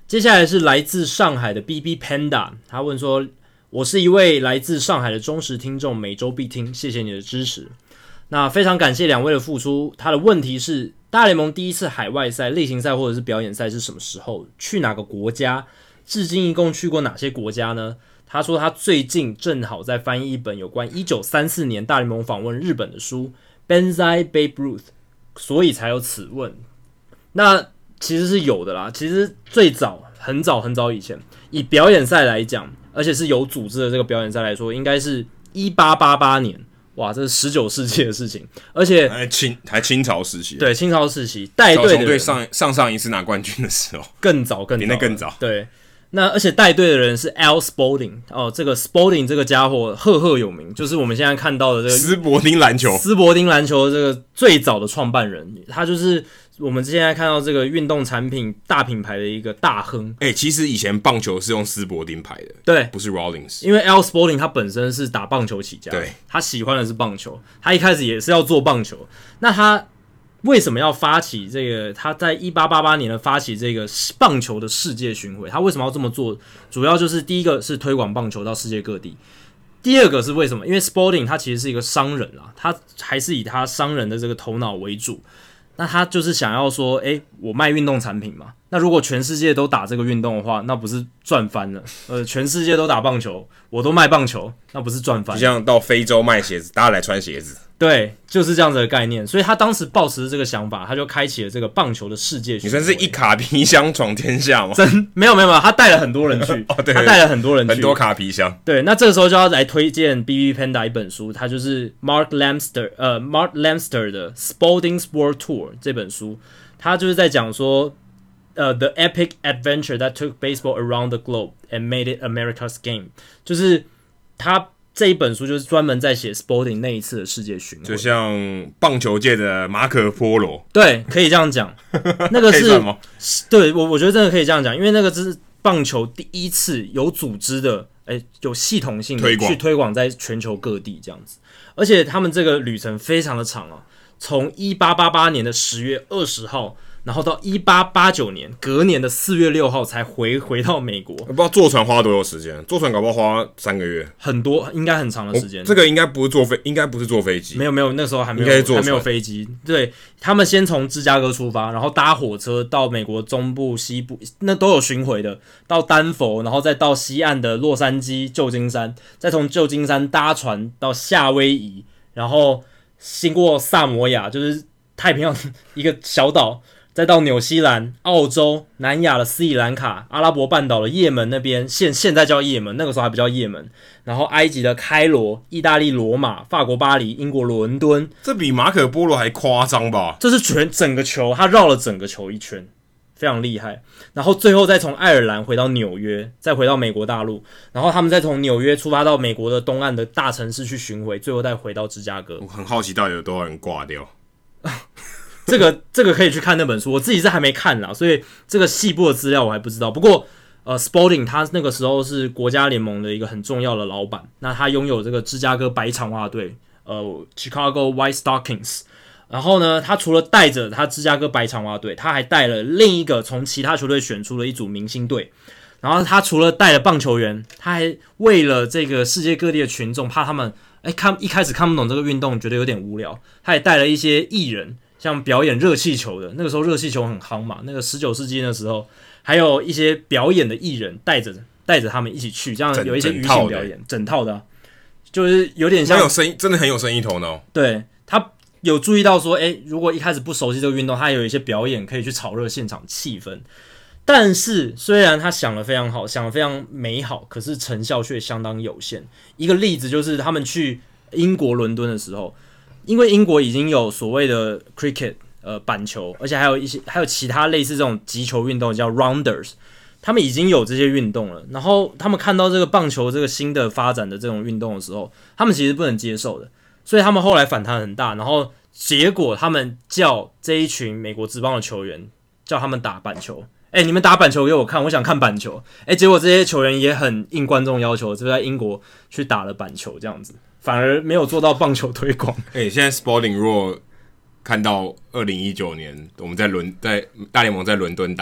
接下来是来自上海的 B B Panda， 他问说：“我是一位来自上海的忠实听众，每周必听，谢谢你的支持。”那非常感谢两位的付出。他的问题是：大联盟第一次海外赛、例行赛或者是表演赛是什么时候？去哪个国家？至今一共去过哪些国家呢？他说他最近正好在翻译一本有关一九三四年大联盟访问日本的书《Banzai Babe Ruth》，所以才有此问。那其实是有的啦，其实最早很早很早以前，以表演赛来讲，而且是有组织的这个表演赛来说，应该是一八八八年，哇，这是十九世纪的事情，而且还清还清朝时期， 对，清朝时期带队的人， 对上上上一次拿冠军的时候， 更早更早， 比那更早， 对。那而且带队的人是 Al Spalding 哦，这个 Spalding 这个家伙赫赫有名，就是我们现在看到的这个斯伯丁篮球， 斯伯丁篮球这个最早的创办人，他就是我们现在看到这个运动产品大品牌的一个大亨。 哎、欸，其实以前棒球是用斯伯丁牌的， 对， 不是 Rawlings， 因为 Al Spalding 他本身是打棒球起家， 对， 他喜欢的是棒球，他一开始也是要做棒球，那他为什么要发起这个？他在一八八八年的发起这个棒球的世界巡回，他为什么要这么做？主要就是第一个是推广棒球到世界各地，第二个是为什么？因为 Spalding 他其实是一个商人啦，他还是以他商人的这个头脑为主。那他就是想要说，诶，我卖运动产品嘛。那如果全世界都打这个运动的话，那不是赚翻了？呃，全世界都打棒球，我都卖棒球，那不是赚翻了？ 就像到非洲卖鞋子，大家来穿鞋子。 对，就是这样子的概念。所以他当时抱持这个想法，他就开启了这个棒球的世界巡回。 你算是一卡皮箱闯天下吗？ 真没有没有没有，他带了很多人去， 哦、对他带了很多人去， 很多卡皮箱。 对，那这个时候就要来推荐 B B Panda 一本书，它就是 Mark Lamster 呃 Mark Lamster 的 Spalding's World Tour 这本书，他就是在讲说，呃 The epic adventure that took baseball around the globe and made it America's game， 就是他。这一本书就是专门在写 Spalding 那一次的世界巡回， 就像棒球界的马可波罗， 对，可以这样讲。那个是，对我我觉得真的可以这样讲，因为那个是棒球第一次有组织的，哎，有系统性的推广去推广在全球各地这样子。而且他们这个旅程非常的长啊，从一八八八年的十月二十号。然后到一八八九年，隔年的四月六号才回回到美国。 不知道坐船花多久时间？坐船搞不好花三个月， 很多，应该很长的时间。 这个应该不是坐飞，应该不是坐飞机。 没有没有，那时候还没有， 应该是坐船， 还没有飞机。对，他们先从芝加哥出发，然后搭火车到美国中部、西部，那都有巡回的，到丹佛，然后再到西岸的洛杉矶、旧金山，再从旧金山搭船到夏威夷，然后经过萨摩亚，就是太平洋一个小岛。再到纽西兰、澳洲、南亚的斯里兰卡、阿拉伯半岛的也门那边，现现在叫也门，那个时候还不叫也门。然后埃及的开罗、意大利罗马、法国巴黎、英国伦敦， 这比马可波罗还夸张吧？ 这是全整个球，他绕了整个球一圈，非常厉害。然后最后再从爱尔兰回到纽约，再回到美国大陆，然后他们再从纽约出发到美国的东岸的大城市去巡回，最后再回到芝加哥。 我很好奇，到底有多少人挂掉？ 这个这个可以去看那本书，我自己是还没看啦，所以这个细部的资料我还不知道。不过，呃 ，Spalding 他那个时候是国家联盟的一个很重要的老板，那他拥有这个芝加哥白长袜队，呃 ，Chicago White Stockings。然后呢，他除了带着他芝加哥白长袜队，他还带了另一个从其他球队选出的一组明星队。然后他除了带了棒球员，他还为了这个世界各地的群众，怕他们哎看一开始看不懂这个运动，觉得有点无聊，他也带了一些艺人。像表演热气球的，那个时候热气球很夯嘛，那个十九世纪的时候，还有一些表演的艺人带着带着他们一起去，这样有一些舆情表演，整套的、啊，就是有点像很有生意，真的很有生意头脑。 对，他有注意到说，哎，如果一开始不熟悉这个运动，他有一些表演可以去炒热现场气氛。但是虽然他想得非常好，想得非常美好，可是成效却相当有限。一个例子就是他们去英国伦敦的时候。因为英国已经有所谓的 cricket 呃板球，而且还有一些还有其他类似这种击球运动叫 rounders， 他们已经有这些运动了。然后他们看到这个棒球这个新的发展的这种运动的时候，他们其实不能接受的，所以他们后来反弹很大。然后结果他们叫这一群美国职棒的球员叫他们打板球，哎，你们打板球给我看，我想看板球。哎，结果这些球员也很应观众要求，就在英国去打了板球这样子。反而没有做到棒球推广。 哎、欸，现在 Spalding 如果看到二零一九年我们在伦在大联盟在伦敦打，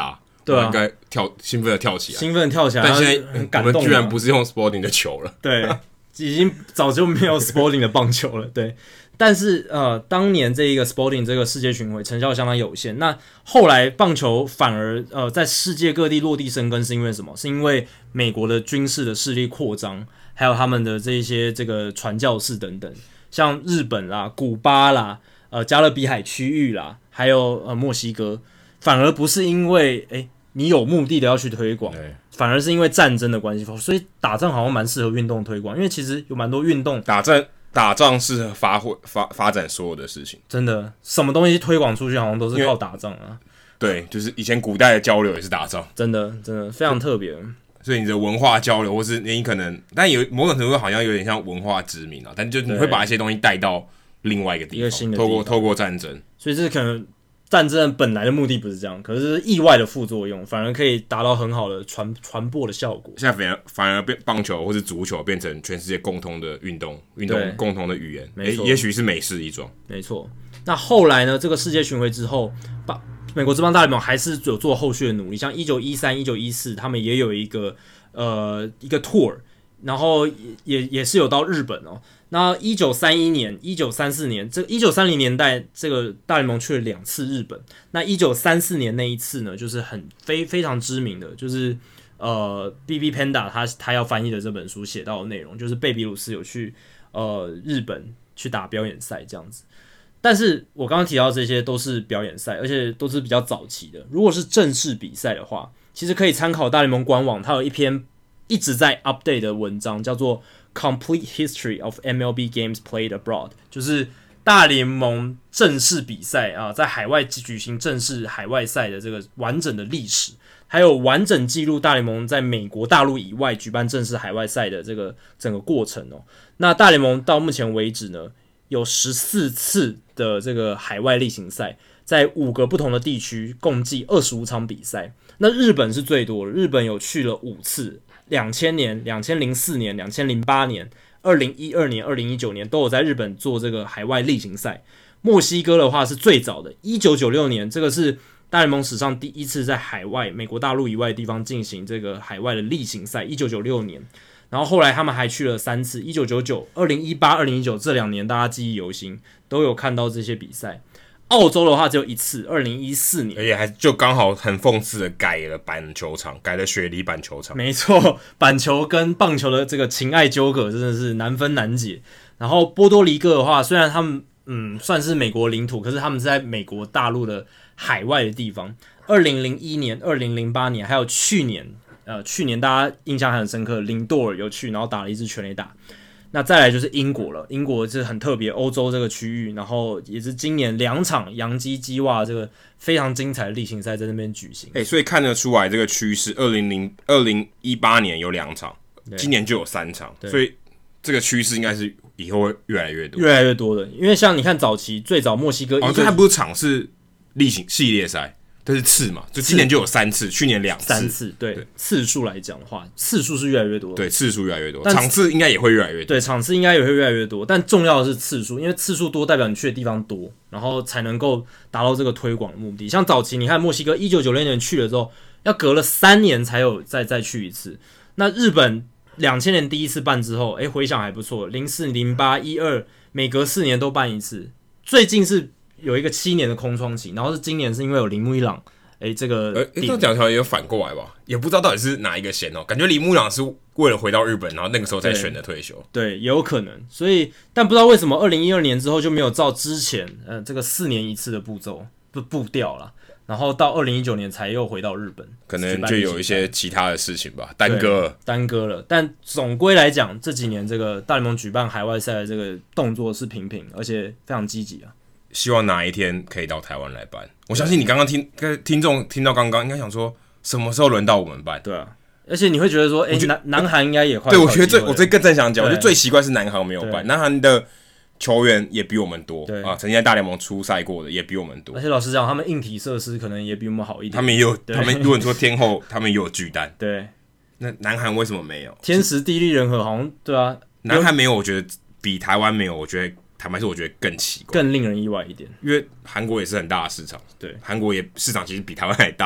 对啊， 应该跳兴奋的跳起来， 兴奋跳起来。 但现在很感动， 我们居然不是用 Sporting 的球了， 对，已经早就没有 Sporting 的棒球了，对。但是呃，当年这一个 Sporting 这个世界巡回成效相当有限。那后来棒球反而呃在世界各地落地生根，是因为什么？是因为美国的军事的势力扩张，还有他们的这一些这个传教士等等，像日本啦、古巴啦、呃加勒比海区域啦，还有呃墨西哥，反而不是因为诶你有目的的要去推广，反而是因为战争的关系。所以打仗好像蛮适合运动推广，因为其实有蛮多运动打仗。打仗适合发挥发发展所有的事情， 真的，什么东西推广出去，好像都是靠打仗啊。 对，就是以前古代的交流也是打仗， 真的，真的非常特别。 所以你的文化交流，或是你可能，但有某种程度好像有点像文化殖民啊，但就你会把一些东西带到另外一个地方， 一个新的地方， 透过透过战争， 所以这可能。战争本来的目的不是这样，可是意外的副作用，反而可以达到很好的传传播的效果。 现在反而反而变棒球或是足球变成全世界共同的运动，运动共同的语言， 没错， 也许是美事一桩。 没错。那后来呢？这个世界巡回之后，棒美国职棒大联盟还是有做后续的努力，像一九一三、一九一四，他们也有一个呃一个 tour， 然后也也是有到日本哦。那一九三一年、一九三四年，这一九三零年代，这个大联盟去了两次日本。那一九三四年那一次呢，就是很非非常知名的，就是呃 ，B B Panda 他他要翻译的这本书写到的内容，就是贝比鲁斯有去呃日本去打表演赛这样子。但是我刚刚提到这些都是表演赛，而且都是比较早期的。如果是正式比赛的话，其实可以参考大联盟官网，它有一篇一直在 update 的文章，叫做Complete History of M L B Games Played Abroad， 就是大联盟正式比赛啊，在海外举行正式海外赛的这个完整的历史，还有完整记录大联盟在美国大陆以外举办正式海外赛的这个整个过程哦。那大联盟到目前为止呢，有十四次的这个海外例行赛，在五个不同的地区共计二十五场比赛。那日本是最多的，日本有去了五次。两千年、两千零四年、两千零八年、二零一二年、二零一九年都有在日本做这个海外例行赛。墨西哥的话是最早的，一九九六年，这个是大联盟史上第一次在海外、美国大陆以外的地方进行这个海外的例行赛，一九九六年。然后后来他们还去了三次，一九九九、二零一八、二零一九这两年大家记忆犹新，都有看到这些比赛。澳洲的话只有一次，二零一四年， 而且还就刚好很讽刺的改了板球场，改了雪梨板球场。 没错，板球跟棒球的这个情爱纠葛真的是难分难解。然后波多黎各的话，虽然他们嗯算是美国领土，可是他们是在美国大陆的海外的地方。二零零一年、二零零八年，还有去年，呃，去年大家印象还很深刻，林多尔有去，然后打了一支全垒打。那再来就是英国了，英国是很特别，欧洲这个区域，然后也是今年两场洋基基袜这个非常精彩的例行赛在那边举行。 哎、欸，所以看得出来这个趋势，二零零二零一八年有两场，今年就有三场，所以这个趋势应该是以后会越来越多， 越来越多的。因为像你看早期最早墨西哥， 哦，这还不是场是例行系列赛。这是次嘛，就今年就有三次，去年两次， 三次，对，对次数来讲的话，次数是越来越多， 对，次数越来越多，场次应该也会越来越多， 对，场次应该也会越来越多，但重要的是次数，因为次数多代表你去的地方多，然后才能够达到这个推广的目的。像早期你看墨西哥一九九六年去了之后，要隔了三年才有再再去一次。那日本两千年第一次办之后，哎，回响还不错，零四、零八、一二，每隔四年都办一次，最近是。有一个七年的空窗期，然后是今年是因为有铃木一朗，哎，这个呃，这样讲起来也有反过来吧，也不知道到底是哪一个先哦，感觉铃木一朗是为了回到日本，然后那个时候才选的退休， 对，对也有可能，所以但不知道为什么二零一二年之后就没有照之前呃这个四年一次的步骤不步调了，然后到二零一九年才又回到日本， 可能就有一些其他的事情吧，耽搁了， 耽搁了，但总归来讲，这几年这个大联盟举办海外赛的这个动作是频频，而且非常积极啊。 希望哪一天可以到台湾来办。我相信你刚刚听听众听到刚刚，应该想说什么时候轮到我们办？ 对啊，而且你会觉得说，哎、欸，南南韩应该也快。 对，我觉得最我最更正想讲，我觉得最奇怪是南韩没有办，南韩的球员也比我们多啊，曾经在大联盟出赛过的也比我们多。 而且老实讲，他们硬体设施可能也比我们好一点。 他们也有，他们如果你说天后，他们也有巨蛋。 对， 那南韩为什么没有？ 天时地利人和，好像对啊。 南韩没有，我觉得比台湾没有，我觉得。坦白说，我觉得更奇怪， 更令人意外一点， 因为韩国也是很大的市场， 对， 韩国也市场其实比台湾还大，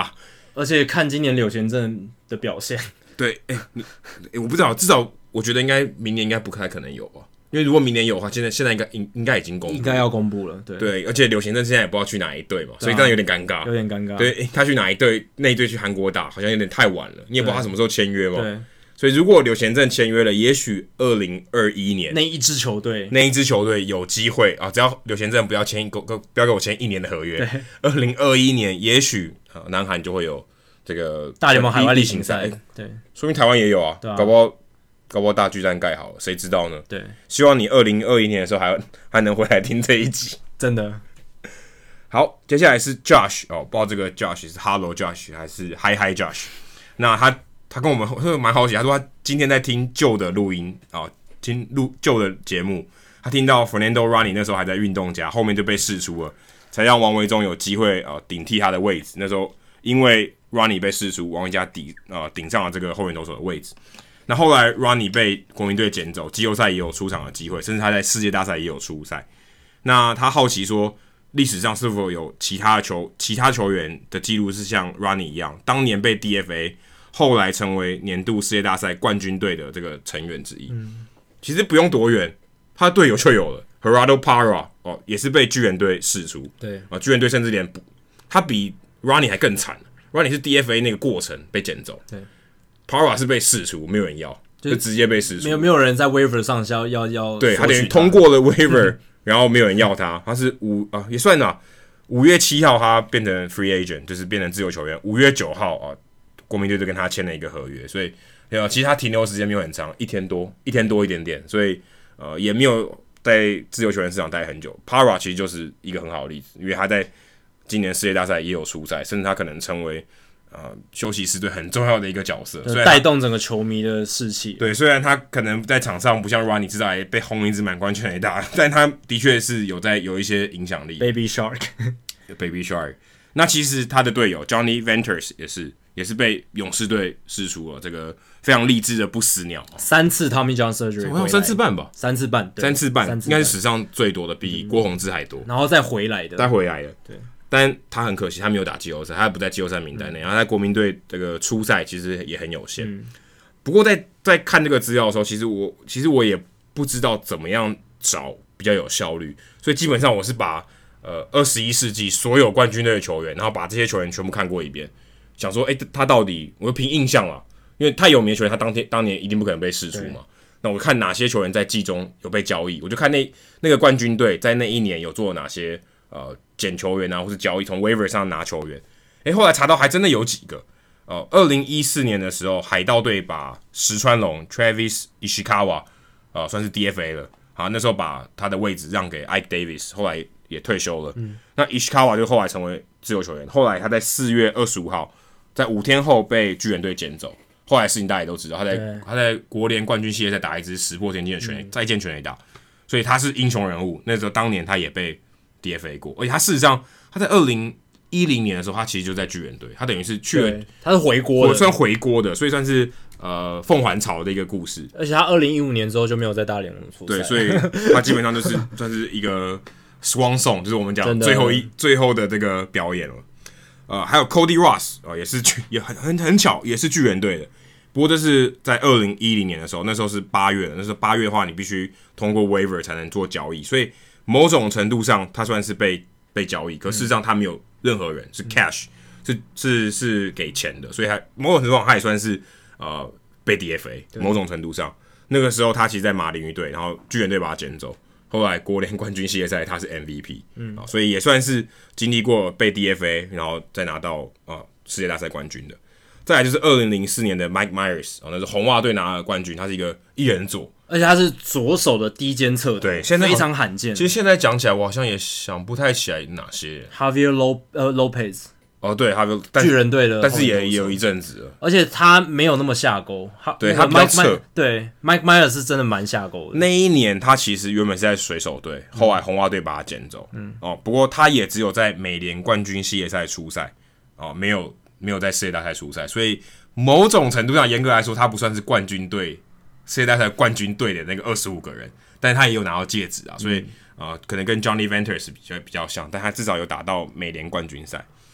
而且看今年柳贤镇的表现， 对，哎、欸欸，我不知道，至少我觉得应该明年应该不太可能有吧。因为如果明年有的话，现在现在应该应应该已经公布了， 应该要公布了，对对，而且柳贤镇现在也不知道去哪一队嘛，所以这样有点尴尬， 有点尴尬。 对，欸、他去哪一队？那一队去韩国打，好像有点太晚了，你也不知道他什么时候签约嘛。 对， 所以如果柳贤镇签约了，也许二零二一年那一支球队， 那一支球队有机会啊，只要柳贤镇不要签不要给我签一年的合约，二零二一年也许啊，南韩就会有这个大联盟海外例行赛，对， 说明台湾也有啊， 啊搞不好。搞不好大巨蛋盖好了，谁知道呢？ 对， 希望你二零二一年的时候还还能回来听这一集， 真的。 好，接下来是 Josh 哦，不知道这个 Josh 是 Hello Josh 还是 Hi Hi Josh。那他他跟我们蛮好奇，他说他今天在听旧的录音啊、哦，听录旧的节目，他听到 Fernando Ronnie 那时候还在运动家，后面就被释出了，才让王维忠有机会啊顶替他的位置。那时候因为 Ronnie 被释出，王维嘉顶啊顶上了这个后援投手的位置。那后来 Ronnie 被国民队捡走，季后赛也有出场的机会，甚至他在世界大赛也有出赛。那他好奇说，历史上是否有其他球其他球员的记录是像 Ronnie 一样，当年被 D F A， 后来成为年度世界大赛冠军队的这个成员之一。嗯、其实不用多远，他的队友就有了 Gerardo Parra 哦，也是被巨人队释出。 对啊，巨人队甚至连他比 Ronnie 还更惨 ，Ronnie 是 D F A 那个过程被捡走。 对。 Parra 是被释出，没有人要，就直接被释出。 没有没有人在 waiver 上要要要， 对他等于通过了 waiver，然后没有人要他，他是五啊也算啦，五月七号他变成 free agent， 就是变成自由球员。五月九号啊，国民队就跟他签了一个合约，所以呃其实他停留时间没有很长，一天多，一天多一点点，所以呃也没有在自由球员市场待很久。Parra 其实就是一个很好的例子，因为他在今年世界大赛也有出赛，甚至他可能成为。呃，休息室队很重要的一个角色， 带动整个球迷的士气。 对，虽然他可能在场上不像 Ronnie 至少还被轰一支满贯全垒打，但他的确是有在有一些影响力。 Baby Shark， Baby Shark。那其实他的队友 Johnny Venters 也是，也是被勇士队释出了，这个非常励志的不死鸟。 三次 Tommy John surgery， 好像三次半吧， 三次半， 三次半，应该是史上最多的，比郭泓志还多。 然后再回来的， 再回来的， 对。 但他很可惜，他没有打季后赛，他不在季后赛名单内。嗯、然后在国民队这个初赛其实也很有限。嗯、不过在在看这个资料的时候，其实我其实我也不知道怎么样找比较有效率，所以基本上我是把呃二十一世纪所有冠军队的球员，然后把这些球员全部看过一遍，想说，哎、欸，他到底我就凭印象啦，因为太有名的球员，他当天当年一定不可能被释出嘛。那我看哪些球员在季中有被交易，我就看那那个冠军队在那一年有做哪些呃。捡球员啊，或是交易从 waiver 上拿球员，诶，后来查到还真的有几个。呃，二零一四年的时候，海盗队把石川龙 Travis Ishikawa 呃算是 D F A 了，好，那时候把他的位置让给 Ike Davis， 后来也退休了。嗯、那 Ishikawa 就后来成为自由球员，后来他在四月二十五号，在五天后被巨人队捡走。后来事情大家也都知道，他在他在国联冠军系列赛打一支石破天惊的全垒、嗯、再见全垒打，所以他是英雄人物。那时候当年他也被D F A 过，而且他事实上他在二零一零年的时候，他其实就在巨人队，他等于是去了， 他是回锅的， 算回锅的，所以算是呃凤凰巢的一个故事。 而且他二零一五年之后就没有在大联盟出赛， 对，所以他基本上就是算是一个 swan song， 就是我们讲最后一最后的这个表演了。呃，还有 Cody Ross 啊、呃，也是也很很很巧，也是巨人队的。不过这是在二零一零年的时候，那时候是八月了，那时候八月的话，你必须通过 waiver 才能做交易，所以。某种程度上，他算是被被交易，可事实上他没有任何人是 cash，、嗯、是是是给钱的，所以他某种程度上他也算是呃被 D F A。某种程度上，那个时候他其实在马林鱼队，然后巨人队把他捡走，后来国联冠军系列赛他是 M V P， 嗯、啊，所以也算是经历过被 D F A， 然后再拿到啊世界大赛冠军的。再来就是二零零四年的 Mike Myers， 啊，那是红袜队拿了冠军，他是一个一人左。 而且他是左手的低肩侧投， 对，现在非常罕见。 其实现在讲起来，我好像也想不太起来哪些。 Javier Lop 呃 Lopez， 哦，对，Javier 巨人队的， 但是也也有一阵子了。 而且他没有那么下钩， 对他比较侧。 对 ，Mike Myers 是真的蛮下钩的。 那一年他其实原本是在水手队，后来红袜队把他捡走。嗯，哦，不过他也只有在美联冠军系列赛出赛，哦，没有没有在世界大赛出赛，所以某种程度上严格来说，他不算是冠军队。世界大赛冠军队的那个二十五个人，但是他也有拿到戒指啊，所以、嗯、呃可能跟 Johnny Venters 比较比较像，但他至少有打到美联冠军赛。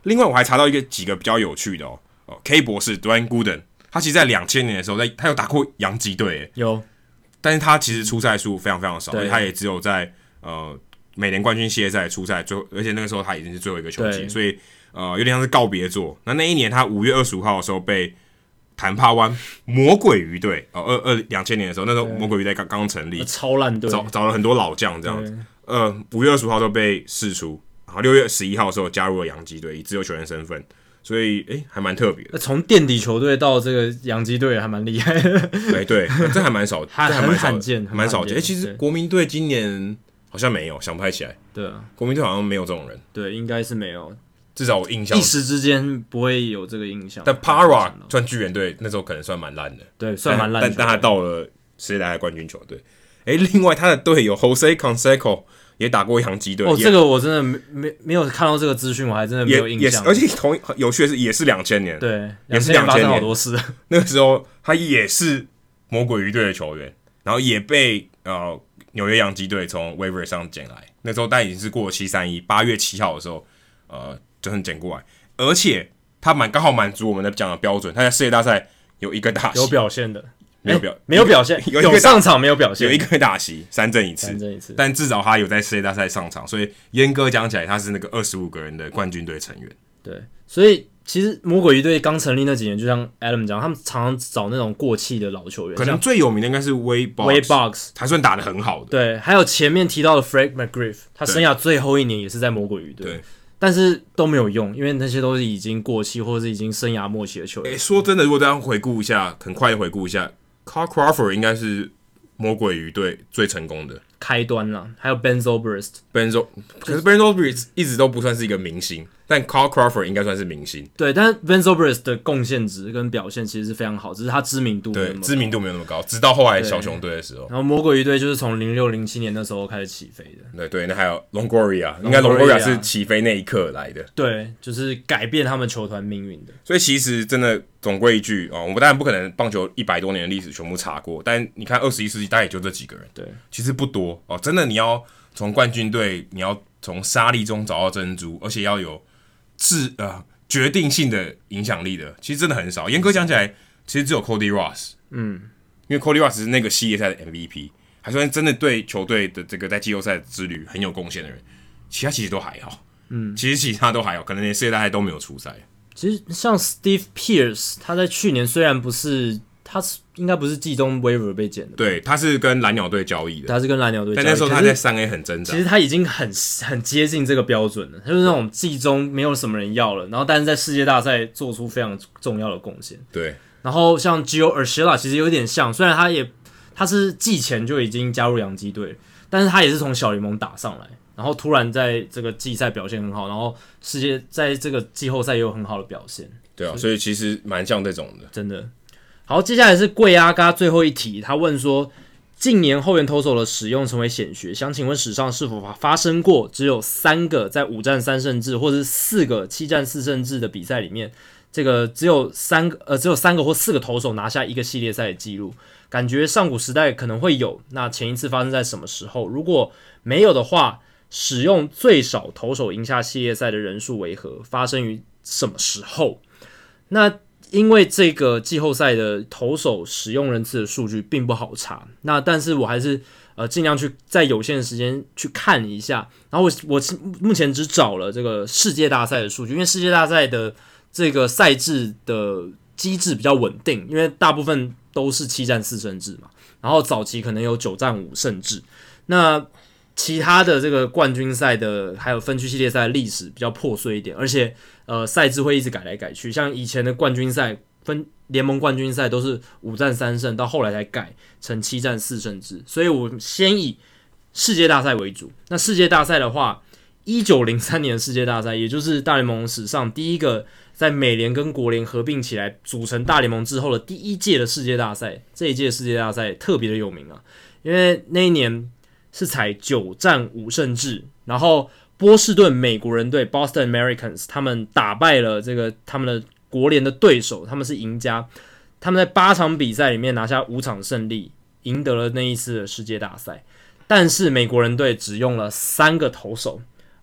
另外我还查到一个几个比较有趣的哦，哦 K 博士 Dwayne Gooden， 他其实在两千年的时候，在他有打过洋基队， 有， 但是他其实出赛数非常非常少，而且他也只有在呃美联冠军系列赛出赛最后，而且那个时候他已经是最后一个球季，所以呃有点像是告别作。那那一年他五月二十五号的时候被坦帕湾魔鬼鱼队哦，二二两千年的时候，那时候魔鬼鱼队刚刚成立， 超烂队， 找找了很多老将这样子。呃，五月二十五号都被释出，然后六月十一号的时候加入了洋基队，以自由球员身份，所以诶还蛮特别的。 从垫底球队到这个洋基队还蛮厉害的。 哎对，这还蛮少，这还蛮罕见， 蛮少见。哎，其实国民队今年好像没有，想不太起来。 对啊， 国民队好像没有这种人。 对，应该是没有。 至少我印象一时之間不會有這個印象。 但 Parra 算巨人隊那時候可能算蠻爛的， 對，算蠻爛的。 但但他到了世界大賽冠軍球隊，哎，另外他的隊友 Jose Canseco 也打過洋基隊。 哦，這個我真的沒沒沒有看到這個資訊，我還真的沒有印象。 而且同有趣的是，也是兩千年， 對， 也是兩千年， 發生好多事。 那個時候他也是魔鬼魚隊的球員，然後也被呃紐約洋基隊從 waiver 上撿來。那時候但已經是過了七三一，八月七號的時候，呃，就很撿過來。而且他滿剛好滿足我們的講的標準，他在世界大賽有一個打席， 有表現的， 沒有表、欸、 沒有表現，有, 有上場沒有表現， 有一個打席三振一次， 三振一次， 但至少他有在世界大賽上場，所以嚴格講起來，他是那個二十五個人的冠軍隊成員。 對，所以其實魔鬼魚隊剛成立那幾年，就像 Adam 講，他們常常找那種過氣的老球員， 可能最有名的應該是 Wade Boggs， 還算打得很好的。 對，還有前面提到的 Frank McGriff， 他生涯最後一年也是在魔鬼魚隊。但是都沒有用，因為那些都是已經過氣或者是已經生涯末期的球員。 誒，說真的，如果大家回顧一下，很快的回顧一下 ，Carl Crawford 應該是魔鬼魚隊最成功的開端啦。還有 Ben Zobrist，Ben， 可是 Ben Zobrist 一直都不算是一個明星，但 Carl Crawford 應該算是明星。 對，但是 Ben Zobrist 的貢獻值跟表現其實是非常好，只是他知名度沒有那麼高， 對，知名度沒有那麼高，直到後來小熊隊的時候。 然後魔鬼魚隊就是從零六零七年那時候開始起飛的。 對對，那還有 Longoria， 應該 Longoria 是起飛那一刻來的。 對，就是改變他們球團命運的。 所以其實真的總歸一句哦，我們當然不可能棒球一百多年的歷史全部查過，但你看二十一世紀大概也就這幾個人， 對， 其實不多哦。真的你要從冠軍隊，你要從沙粒中找到珍珠，而且要有致呃決定性的影響力的，其實真的很少。嚴格講起來，其實只有 Cody Ross， 嗯，因為 Cody Ross 是那個系列賽的 M V P， 還算真的對球隊的這個在季後賽之旅很有貢獻的人，其他其實都還好，嗯，其實其他都還好，可能連世界大賽都沒有出賽。 其實像 Steve Pearce， 他在去年雖然不是，他應該不是季中 waiver 被撿的， 對，他是跟藍鳥隊交易的， 他是跟藍鳥隊交易， 但那時候他在三 A 很掙扎， 其實他已經很很接近這個標準了，他就是那種季中沒有什麼人要了，然後但是在世界大賽做出非常重要的貢獻。 對， 然後像 Gio Urshela 其實有點像，雖然他也他是季前就已經加入洋基隊，但是他也是從小聯盟打上來。然後突然在這個季賽表現很好，然後世界在這個季後賽也有很好的表現。 對啊，所以其實蠻像這種的， 真的。好，接下來是貴阿嘎最後一題，他問說，近年後援投手的使用成為顯學，想請問史上是否發生過只有三個在五戰三勝制，或者是四個七戰四勝制的比賽裡面，這個只有三個呃只有三個或四個投手拿下一個系列賽的記錄？感覺上古時代可能會有，那前一次發生在什麼時候？如果沒有的話，使用最少投手贏下系列賽的人數為何？發生於什麼時候？那因為這個季後賽的投手使用人次的數據並不好查，那但是我還是呃盡量去在有限的時間去看一下。然後我我目前只找了這個世界大賽的數據，因為世界大賽的這個賽制的機制比較穩定，因為大部分都是七戰四勝制嘛，然後早期可能有九戰五勝制，那其他的這個冠軍賽的還有分區系列賽的歷史比較破碎一點，而且呃賽制會一直改來改去，像以前的冠軍賽分聯盟冠軍賽都是五戰三勝，到後來才改成七戰四勝制，所以我先以世界大賽為主。那世界大賽的話，一九零三年的世界大賽，也就是大聯盟史上第一個在美聯跟國聯合併起來組成大聯盟之後的第一屆的世界大賽，這一屆世界大賽特別的有名啊，因為那一年是採九戰五勝制，然後波士頓美國人隊 Boston Americans 他們打敗了這個他們的國聯的對手，他們是贏家，他們在八場比賽裡面拿下五場勝利，贏得了那一次的世界大賽。但是美國人隊只用了三個投手，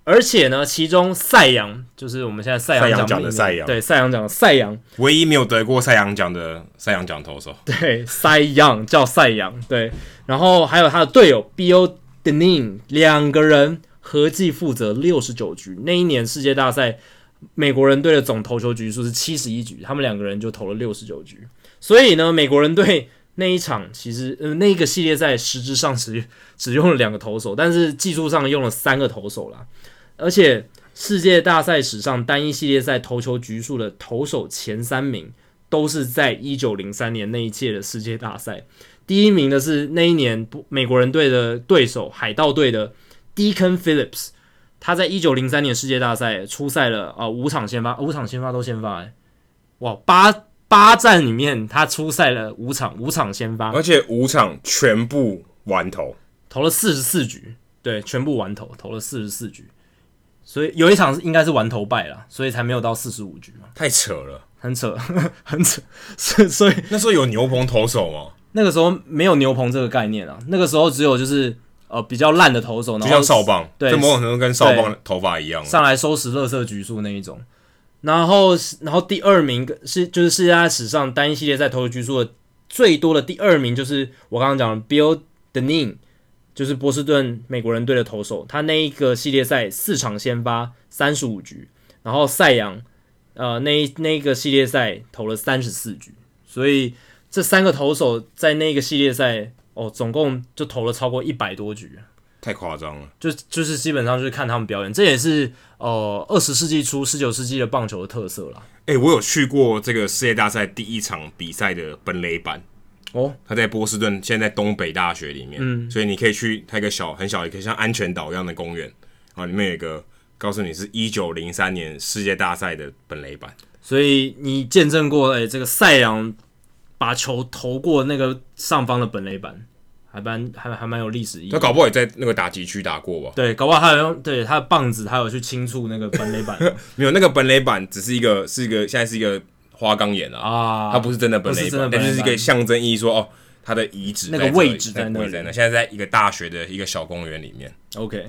而且呢，其中赛扬就是我们现在赛扬奖的赛扬， 对赛扬奖的赛扬， 唯一没有得过赛扬奖的赛扬奖投手， 对赛扬叫赛扬，对，然后还有他的队友 Bill Denning 两个人合计负责六十九局。那一年世界大赛，美国人队的总投球局数是七十一局，他们两个人就投了六十九局。所以呢，美国人队那一场其实呃那一个系列赛实质上只只用了两个投手，但是技术上用了三个投手啦。而且世界大赛史上单一系列赛投球局数的投手前三名都是在一九零三年那一届的世界大赛。第一名的是那一年美国人队的对手海盗队的 Deacon Phillips， 他在一九零三年世界大赛出赛了呃五场先发，五场先发都先发哎，哇八八战里面他出赛了五场，五场先发， 而且五场全部完投， 投了四十四局，对，全部完投，投了四十四局。所以有一场应该是完投败啦，所以才没有到四十五局嘛。 太扯了， 很扯，很扯。所以那时候有牛棚投手吗？ 那个时候没有牛棚这个概念啊，那个时候只有就是呃比较烂的投手，然后就像少棒， 对， 这某种程度跟少棒的头发一样， 上来收拾垃圾局数那一种。然后，然后第二名是就是世界大赛史上单一系列赛投球局数的最多的第二名，就是我刚刚讲的 Bill Denning。就是波士顿美国人队的投手，他那一个系列赛四场先发三十五局，然后赛扬呃那那一个系列赛投了三十四局，所以这三个投手在那个系列赛哦总共就投了超过一百多局， 太夸张了。 就就是基本上就是看他们表演，这也是呃二十世纪初十九世纪的棒球的特色啦。 哎、欸，我有去过这个世界大赛第一场比赛的本垒板。 哦， 他在波士顿，现在在东北大学里面，嗯，所以你可以去它一个小很小一个像安全岛一样的公园啊，里面有一个告诉你是一九零三年世界大赛的本垒板， 所以你见证过哎、欸、这个赛扬把球投过那个上方的本垒板，还蛮还还蛮有历史意义。 他搞不好也在那个打击区打过吧？ 对，搞不好他有用对他的棒子，他有去轻触那个本垒板。 没有，那个本垒板只是一个是一个现在是一个。花岗岩啊， 啊它不是真的本垒板，但就是一个象征意义说，哦，它的遗址那个位置在那里， 现在在一个大学的一个小公园里面。 OK。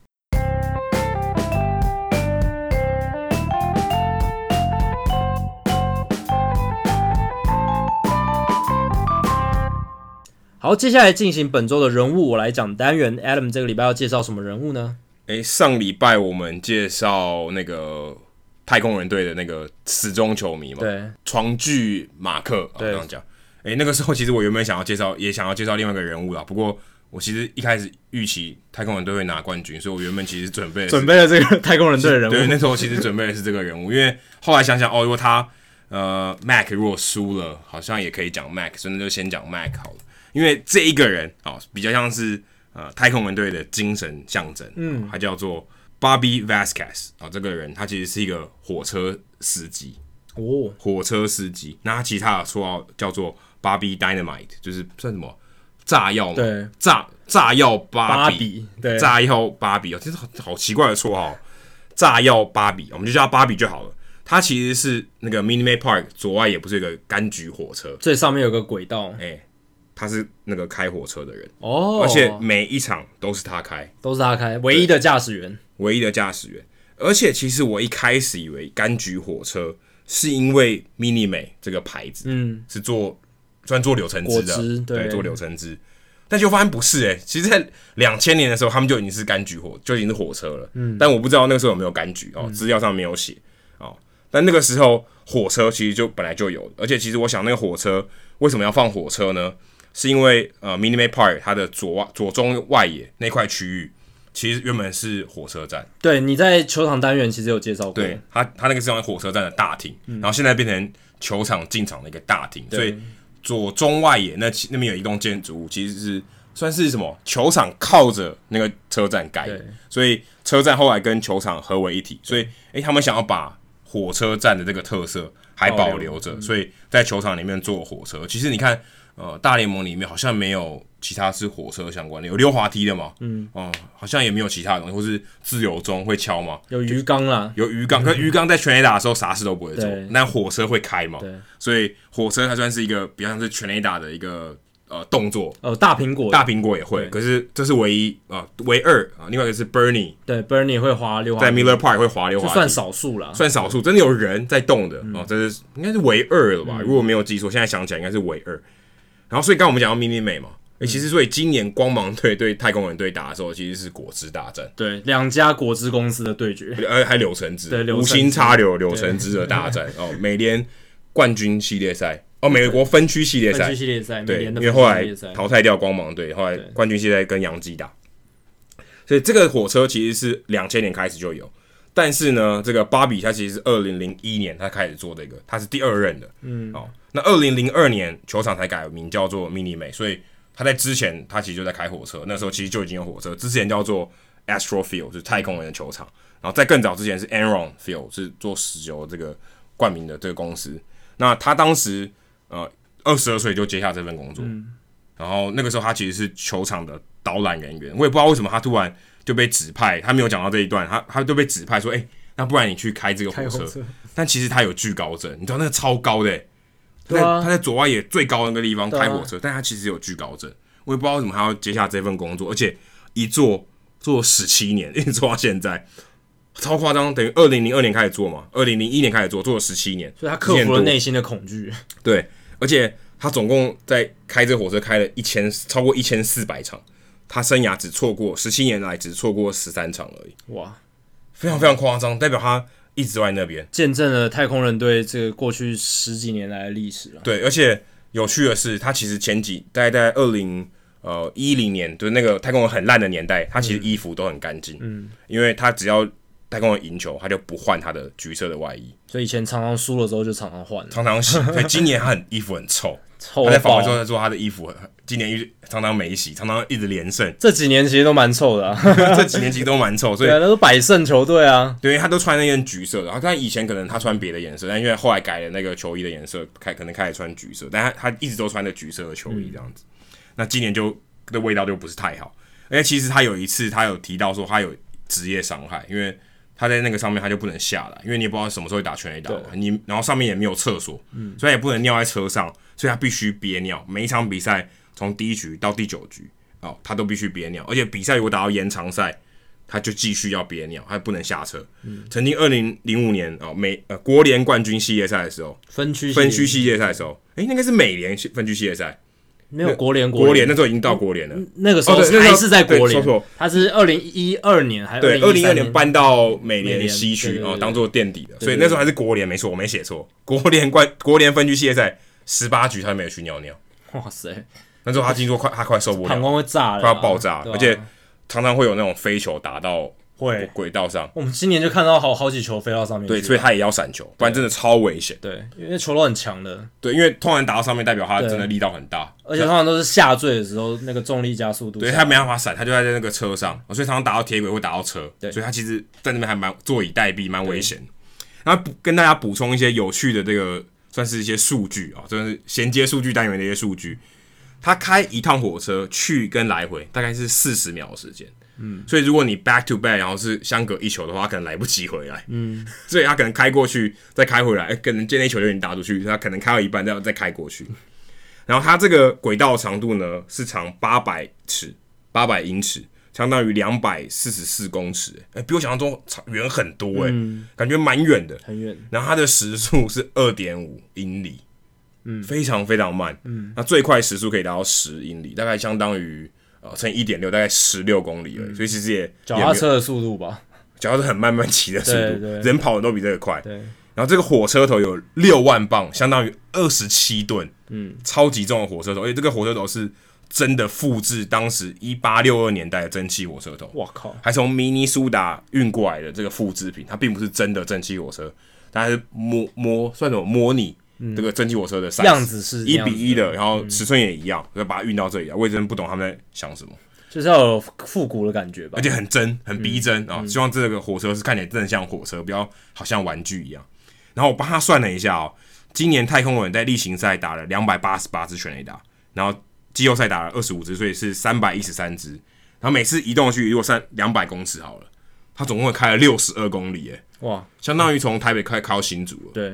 好，接下来进行本周的人物我来讲单元。Adam 这个礼拜要介绍什么人物呢？ 诶，上礼拜我们介绍那个。太空人队的那个死忠球迷嘛， 对， 床具马克，这样讲。哎、欸，那个时候其实我原本想要介绍，也想要介绍另外一个人物啦。不过我其实一开始预期太空人队会拿冠军，所以我原本其实准备准备了这个太空人队的人物。 对，那时候其实准备的是这个人物，因为后来想想，哦，如果他呃 Mac 如果输了，好像也可以讲 Mac， 所以那就先讲 Mac 好了。因为这一个人啊、哦，比较像是呃太空人队的精神象征，嗯，他叫做。Bobby Vasquez 啊、哦，这个人他其实是一个火车司机哦， 火车司机。那他其他的绰号叫做 Bobby Dynamite， 就是算什么炸药嘛？ 对， 炸炸药芭比，对， 炸药芭比哦，这是好好奇怪的绰号，炸药芭比，我们就叫他芭比就好了。他其实是那个 Minute Maid Park 左外也不是一个柑橘火车， 最上面有个轨道， 哎、欸，他是那个开火车的人哦， 而且每一场都是他开， 都是他开，唯一的驾驶员。 唯一的驾驶员，而且其实我一开始以为柑橘火车是因为 Minute Maid 这个牌子，嗯，是做专做柳橙汁的， 汁对， 对，做柳橙汁，但就发现不是哎、欸，其实，在两千年的时候，他们就已经是柑橘火，就已经是火车了，嗯，但我不知道那个时候有没有柑橘哦，资料上没有写哦，但那个时候火车其实就本来就有，而且其实我想那个火车为什么要放火车呢？是因为呃 Minute Maid Park 它的左左中外野那块区域。其实原本是火车站， 对，你在球场单元其实有介绍过， 对，他他那个是用火车站的大厅、嗯，然后现在变成球场进场的一个大厅，所以左中外野那那边有一栋建筑物，其实是算是什么球场靠着那个车站盖的，所以车站后来跟球场合为一体，所以哎，他们想要把火车站的这个特色还保留着、嗯，所以在球场里面坐火车。其实你看，呃，大联盟里面好像没有。其他是火车相关的，有溜滑梯的嘛？嗯，哦、呃，好像也没有其他的东西，或是自由中会敲嘛？ 有鱼缸啦， 有鱼缸，可是鱼缸在全垒打的时候啥事都不会做，那火车会开嘛？ 对， 所以火车它算是一个比较像是全垒打的一个呃动作， 呃，大苹果， 大苹果也会，可是这是唯一啊，唯二啊，另外一个是 Bernie， 对 ，Bernie 会滑溜滑梯，在 Miller Park 会滑溜滑梯， 算少数啦， 算少数，真的有人在动的、嗯、哦，这是应该是唯二了吧、嗯？如果没有记错，现在想起来应该是唯二。然后，所以刚刚我们讲到 Minute Maid 嘛。欸、其实，所以今年光芒队对太空人队打的时候，其实是果汁大战， 对，两家果汁公司的对决， 呃，还柳橙汁， 对， 无心插柳柳橙汁的大战哦。美联冠军系列赛，哦，美国分区系列赛， 分区系列赛， 对，因为后来淘汰掉光芒队，后来冠军系列赛跟洋基打，所以这个火车其实是两千年开始就有，但是呢，这个芭比他其实是二零零一年他开始做这个，他是第二任的，嗯，哦，那二零零二年球场才改名叫做 Minute Maid， 所以。他在之前，他其实就在开火车，那时候其实就已经有火车。之前叫做 Astro Field， 就是太空人的球场。然后在更早之前是 Enron Field， 是做石油这个冠名的这个公司。那他当时呃二十二岁就接下这份工作、嗯，然后那个时候他其实是球场的导览人员。我也不知道为什么他突然就被指派，他没有讲到这一段，他他就被指派说，哎、欸，那不然你去开这个火车。车但其实他有惧高症，你知道那个超高的、欸。他在, 啊、他在左外野最高的那个地方开火车、啊，但他其实有惧高症，我也不知道为什么他要接下这份工作，而且一做做十七年，一直做到现在，超夸张。等于二零零二年开始做嘛，二零零一年开始做，做了十七年， 所以他克服了内心的恐惧。 对，而且他总共在开这火车开了一千超过一千四百场，他生涯只错过十七年来只错过十三场而已。哇，非常非常夸张，代表他。一直都在那边， 见证了太空人队这个过去十几年来的历史了。 对，而且有趣的是，他其实前几大概在二零呃一零年，就是那个太空人很烂的年代，他其实衣服都很干净，嗯，因为他只要太空人赢球，他就不换他的橘色的外衣。 所以以前常常输了之后就常常换， 常常洗。所以今年他很衣服很臭，臭他在访问之后说他的衣服今年常常没洗，常常一直连胜。 这几年其实都蛮臭的、啊， 这几年其实都蛮臭，所以对、啊，那都百胜球队啊。 对，因为他都穿那件橘色的，然后但以前可能他穿别的颜色，但因为后来改了那个球衣的颜色，开可能开始穿橘色，但他他一直都穿的橘色的球衣这样子。嗯、那今年就的味道就不是太好，而且其实他有一次他有提到说他有职业伤害，因为他在那个上面他就不能下来，因为你也不知道什么时候会打全垒打，你然后上面也没有厕所，嗯，所以也不能尿在车上，所以他必须憋尿，每一场比赛从第一局到第九局。哦，他都必须憋尿，而且比赛如果打到延长赛，他就继续要憋尿，他不能下车。嗯、曾经二零零五年哦，美呃国联冠军系列赛的时候， 分区分区系列赛的时候，哎、欸，那个是美联分区系列赛， 没有国联国联那时候已经到国联了， 那个时候还是在国联，哦、他是二零一二年还是对二零一二年搬到美联西区哦，当做垫底的，所以那时候还是国联，没错，我没写错，国联冠国联分区系列赛十八局他没有去尿尿， 哇塞！ 那时候他听说快，他快受不了， 膀胱会炸了， 快要爆炸，啊、而且常常会有那种飞球打到会轨道上。 我们今年就看到好好几球飞到上面去， 对，所以他也要闪球，不然真的超危险。 对，因为球都很强的。 对，因为通常打到上面，代表他真的力道很大， 而且通常都是下坠的时候，那个重力加速度。 对，他没办法闪，他就在那个车上，所以常常打到铁轨会打到车。对，所以他其实在那边还蛮坐以待毙，蛮危险。然后跟大家补充一些有趣的这个，算是一些数据啊，就是衔接数据单元的一些数据。他开一趟火车去跟来回大概是四十秒的时间，嗯，所以如果你 back to back， 然后是相隔一球的话，他可能来不及回来，嗯，所以他可能开过去再开回来，欸、可能接那一球就已经打出去，他可能开到一半再再开过去。然后他这个轨道长度呢是长八百尺，八百英尺，相当于两百四十四公尺，哎、欸，比我想象中远很多、欸，哎、嗯，感觉蛮远的， 很远。 然后它的时速是二点五英里。嗯，非常非常慢。嗯，那最快时速可以达到十英里，大概相当于呃乘以一点六，大概十六公里而已、嗯。所以其实也脚踏车的速度吧， 脚踏车很慢慢骑的速度，人跑的都比这个快。 对。 然后这个火车头有六万磅，相当于二十七吨，嗯，超级重的火车头，而且这个火车头是真的复制当时一八六二年代的蒸汽火车头。 哇靠！ 还从明尼苏达运过来的这个复制品，它并不是真的蒸汽火车，它是模模算什么模拟。这个蒸汽火车的 size, 样子是一比一的，然后尺寸也一样，就、嗯、把它运到这里来。我也真的不懂他们在想什么， 就是要有复古的感觉吧， 而且很真、很逼真啊、嗯哦！希望这个火车是看起来真的像火车，不要好像玩具一样。然后我帮他算了一下哦，今年太空人在例行赛打了两百八十八支全垒打，然后季后赛打了二十五支，所以是三百一十三支。然后每次移动的距离如果算两百公尺好了，他总共开了六十二公里，哎，哇，相当于从台北开开到新竹了。 对。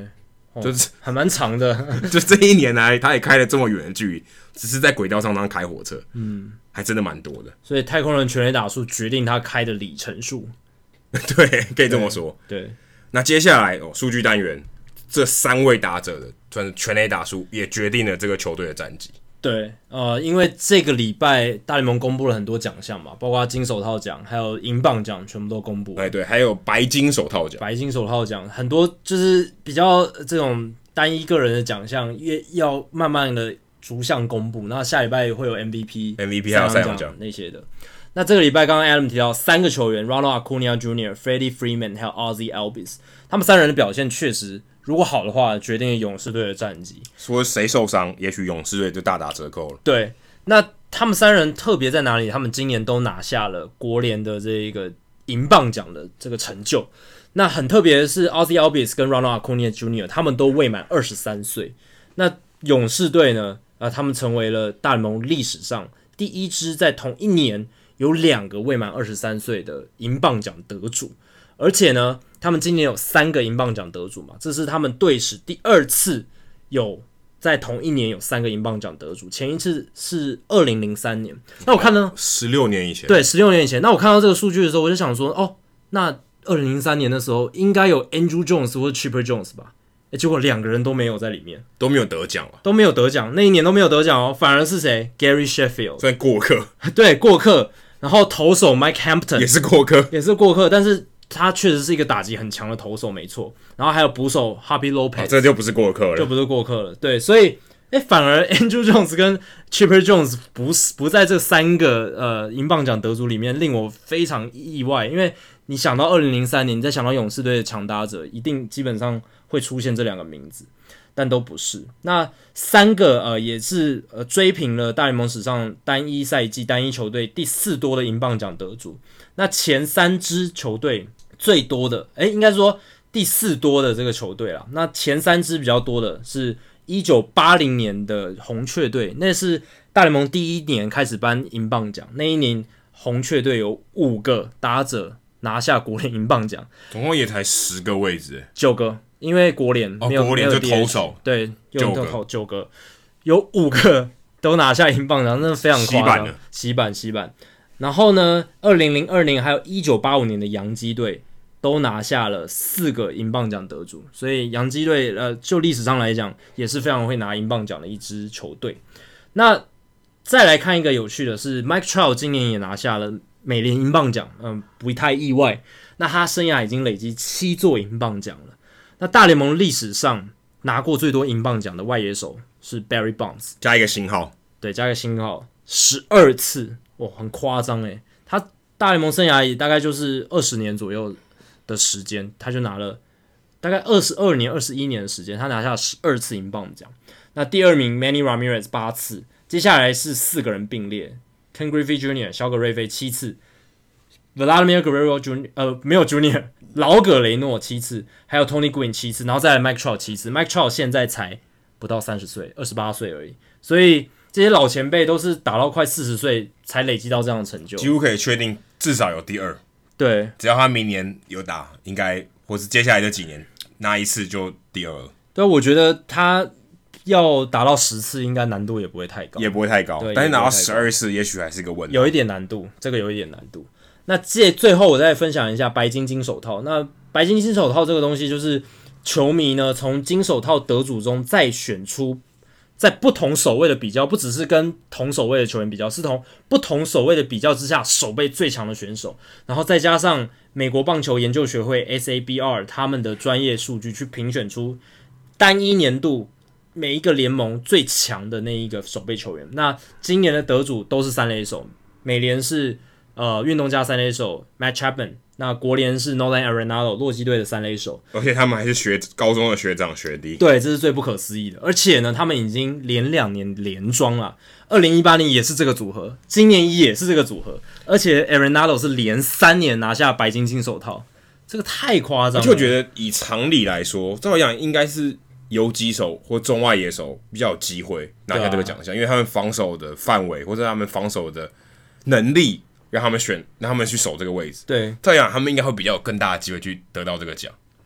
哦、 就是还蛮长的。 就这一年来，他也开了这么远的距离，只是在轨道上当开火车，嗯，还真的蛮多的。 所以太空人全垒打数决定他开的里程数， 对，可以这么说。 对，对那接下来哦，数据单元这三位打者的算是全垒打数，也决定了这个球队的战绩。 对，呃，因为这个礼拜大联盟公布了很多奖项嘛，包括金手套奖，还有银棒奖，全部都公布了。 哎，对，还有白金手套奖， 白金手套奖，很多就是比较这种单一个人的奖项，越要慢慢的逐项公布。那下礼拜会有 M V P、M V P 还有赛扬奖那些的。那这个礼拜刚刚 Adam 提到三个球员 ，Ronald Acuna Junior、Freddie Freeman 还有 Ozzie Albies， 他们三人的表现确实。如果好的话，决定勇士队的战绩。 说谁受伤，也许勇士队就大打折扣了。 对，那他们三人特别在哪里？他们今年都拿下了国联的这个银棒奖的这个成就。那很特别的是 ，Ozzie Albies 跟 Ronald Acuna Junior 他们都未满二十三岁。那勇士队呢？呃，他们成为了大联盟历史上第一支在同一年有两个未满二十三岁的银棒奖得主，而且呢。他们今年有三个银棒奖得主嘛，这是他们队史第二次有在同一年有三个银棒奖得主，前一次是二零零三年。那我看呢， 十六年以前， 对，十六年以前。那我看到这个数据的时候，我就想说，哦，那二零零三年的时候应该有 Andrew Jones 或者 Chipper Jones 吧？欸、结果两个人都没有在里面， 都没有得奖了， 都没有得奖，那一年都没有得奖哦，反而是谁 ？Gary Sheffield， 算过客， 对，过客。然后投手 Mike Hampton 也是过客， 也是过客，但是。他确实是一个打击很强的投手，没错。然后还有捕手 Javi Lopez，、 啊、这就不是过客了， 就不是过客了。对，所以哎，反而 Andrew Jones 跟 Chipper Jones 不是不在这三个呃银棒奖得主里面，令我非常意外。因为你想到二零零三年，你再想到勇士队的强打者，一定基本上会出现这两个名字，但都不是。那三个呃也是呃追平了大联盟史上单一赛季单一球队第四多的银棒奖得主。那前三支球队。最多的，哎，应该说第四多的这个球队啦。那前三支比较多的是一九八零年的红雀队，那是大联盟第一年开始颁银棒奖，那一年红雀队有五个打者拿下国联银棒奖， 总共也才十个位置， 九个，因为国联没有、 哦、国联就投手， 对，有投九个，有五个都拿下银棒奖，真的非常夸张，洗版洗版。然后呢，二零零二年还有一九八五年的洋基队。都拿下了四个银棒奖得主，所以洋基队呃，就历史上来讲也是非常会拿银棒奖的一支球队。那再来看一个有趣的是 ，Mike Trout 今年也拿下了美联银棒奖，嗯，不太意外。那他生涯已经累积七座银棒奖了。那大联盟历史上拿过最多银棒奖的外野手是 Barry Bonds， 加一个星号， 对，加一个星号，十二次，哇，很夸张诶。他大联盟生涯也大概就是二十年左右。的时间，他就拿了大概二十二年、二十一年的时间，他拿下十二次银棒奖。那第二名 Manny Ramirez 八次，接下来是四个人并列 ，Ken Griffey Junior 小葛瑞菲七次 ，Vladimir Guerrero Junior 呃没有 Junior 老葛雷诺七次，还有 Tony Gwynn 七次，然后再来 Mike Trout 七次 ，Mike Trout 现在才不到三十岁，二十八岁而已，所以这些老前辈都是打到快四十岁才累积到这样的成就， 几乎可以确定至少有第二。 对， 只要他明年有打，应该或是接下来这几年拿一次就第二了。 对，我觉得他要达到十次，应该难度也不会太高， 也不会太高。但是拿到十二次，也许还是个问题， 有一点难度，这个有一点难度。那这最后我再分享一下白金金手套。那白金金手套这个东西，就是球迷呢从金手套得主中再选出。在不同守卫的比较，不只是跟同守卫的球员比较，是同不同守卫的比较之下，守备最强的选手，然后再加上美国棒球研究学会 S A B R 他们的专业数据去评选出单一年度每一个联盟最强的那一个守备球员。那今年的得主都是三垒手，美联是呃运动家三垒手 Matt Chapman， 那国联是 Nolan Arenado 洛基队的三垒手， 而且他们还是学高中的学长学弟。 对，这是最不可思议的。而且呢，他们已经连两年连庄了。二零一八年也是这个组合，今年也是这个组合，而且 Arenado 是连三年拿下白金金手套，这个太夸张了。 就觉得以常理来说，照来讲应该是游击手或中外野手比较有机会拿下这个奖项，啊、因为他们防守的范围或者他们防守的能力。让他们选，让他们去守这个位置。 对， 这样他们应该会比较有更大的机会去得到这个奖。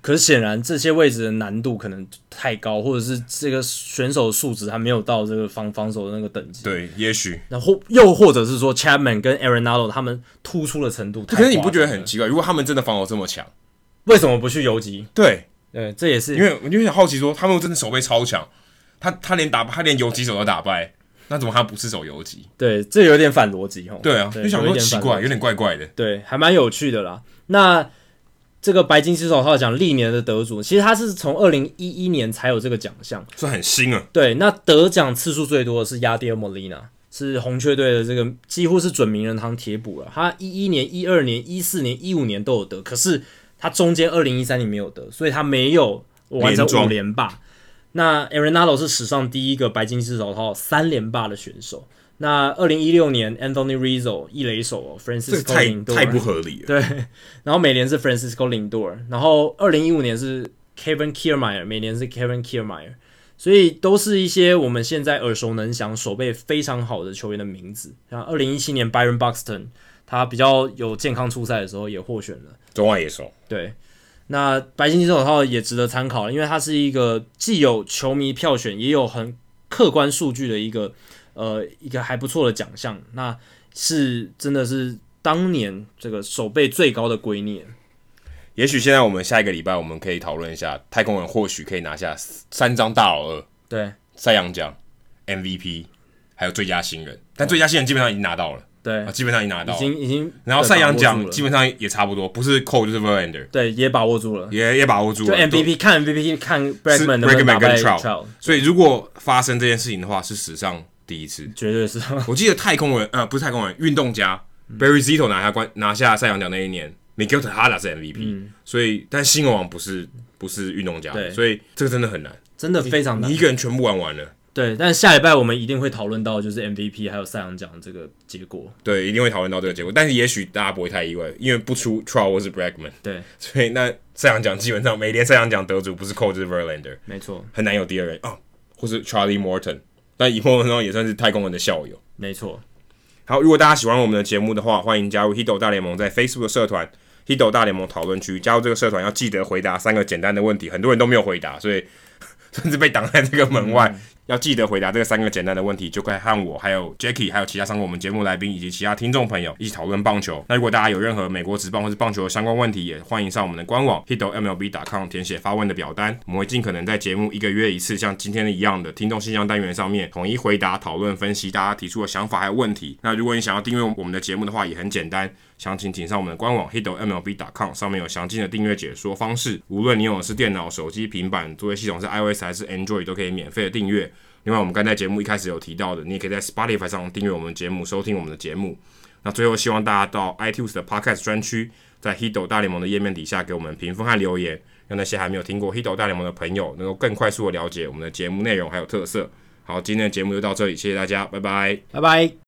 可是显然这些位置的难度可能太高，或者是这个选手素质还没有到这个防防守的那个等级。 对，也许。 然后又或者是说 Chapman 跟 Arenado 他们突出的程度太夸张了。 可是你不觉得很奇怪？如果他们真的防守这么强， 为什么不去游击？ 对， 对，这也是因为我就很好奇说，他们真的手背超强，他他连打他连游击手都打败，那怎么他不是手游击？ 对，这有点反逻辑哦。 对啊，就想说奇怪，有点怪怪的。 对，还蛮有趣的啦。那这个白金金手套奖历年的得主，其实他是从二零一一年才有这个奖项， 是很新啊。 对，那得奖次数最多的是亚迪尔莫利纳，是红雀队的这个几乎是准名人堂铁补了。他一一年、一二年、一四年、一五年都有得，可是他中间二零一三年没有得，所以他没有完成五连霸。那 Arenado 是史上第一个白金金手套三连霸的选手。那二零一六年 Anthony Rizzo 一垒手、哦、Francisco Lindor 太不合理了。 对，然后美联是 Francisco Lindor， 然后二零一五年是 Kevin Kiermaier， 美联是 Kevin Kiermaier， 所以都是一些我们现在耳熟能详、手背非常好的球员的名字。像二零一七年 Byron Buxton， 他比较有健康出赛的时候也获选了中外野手。 对，那白金金手套也值得参考，因为它是一个既有球迷票选，也有很客观数据的一个。呃，一个还不错的奖项，那是真的是当年这个手背最高的圭臬。 也许现在我们下一个礼拜我们可以讨论一下，太空人或许可以拿下三张大老二， 对， 赛扬奖、M V P， 还有最佳新人，但最佳新人基本上已经拿到了， 对， 啊、基本上已经拿到了， 已经已经， 然后赛扬奖基本上也差不多，不是 Cole 就是 Verlander， 对，也把握住了， 也也把握住了。 就 M V P 看 M V P 看 Bregman 能不能打败 Trout， 所以如果发生这件事情的话，是史上第一次， 绝对是。 我记得太空人，呃，不是太空人，运动家、嗯、Barry Zito 拿下冠拿下赛扬奖那一年 ，Miguel Tejada 是 M V P，、嗯、所以但新人王不是不是运动家，所以这个真的很难， 真的非常难， 你一个人全部玩完了。 对，但下礼拜我们一定会讨论到就是 M V P 还有赛扬奖这个结果。 对，一定会讨论到这个结果，但是也许大家不会太意外，因为不出 Trout 或是 Bregman， 对， 所以那赛扬奖基本上每年赛扬奖得主不是 Cole 就是 Verlander， 没错， 很难有第二人哦，或是 Charlie Morton。但以后呢也算是太空人的校友， 没错。 好，如果大家喜欢我们的节目的话，欢迎加入 Hito 大联盟在 Facebook 的社团 Hito 大联盟讨论区。加入这个社团要记得回答三个简单的问题，很多人都没有回答，所以甚至被挡在这个门外。嗯、要记得回答这个三个简单的问题，就可以和我、还有 Jackie、还有其他上过我们节目来宾以及其他听众朋友一起讨论棒球。那如果大家有任何美国职棒或是棒球的相关问题，也欢迎上我们的官网 hito M L B dot com 填写发问的表单，我们会尽可能在节目一个月一次，像今天的一样的听众信箱单元上面统一回答、讨论、分析大家提出的想法还有问题。那如果你想要订阅我们的节目的话，也很简单。详情请上我们的官网 hito M L B dot com 上面有详尽的订阅解说方式，无论你用的是电脑、手机、平板，作业系统是 iOS 还是 Android 都可以免费的订阅。另外我们刚才节目一开始有提到的，你也可以在 Spotify 上订阅我们的节目，收听我们的节目。那最后希望大家到 iTunes 的 Podcast 专区，在 Hito 大联盟的页面底下给我们评分和留言，让那些还没有听过 Hito 大联盟的朋友能够更快速的了解我们的节目内容还有特色。好，今天的节目就到这里，谢谢大家，拜拜， 拜拜。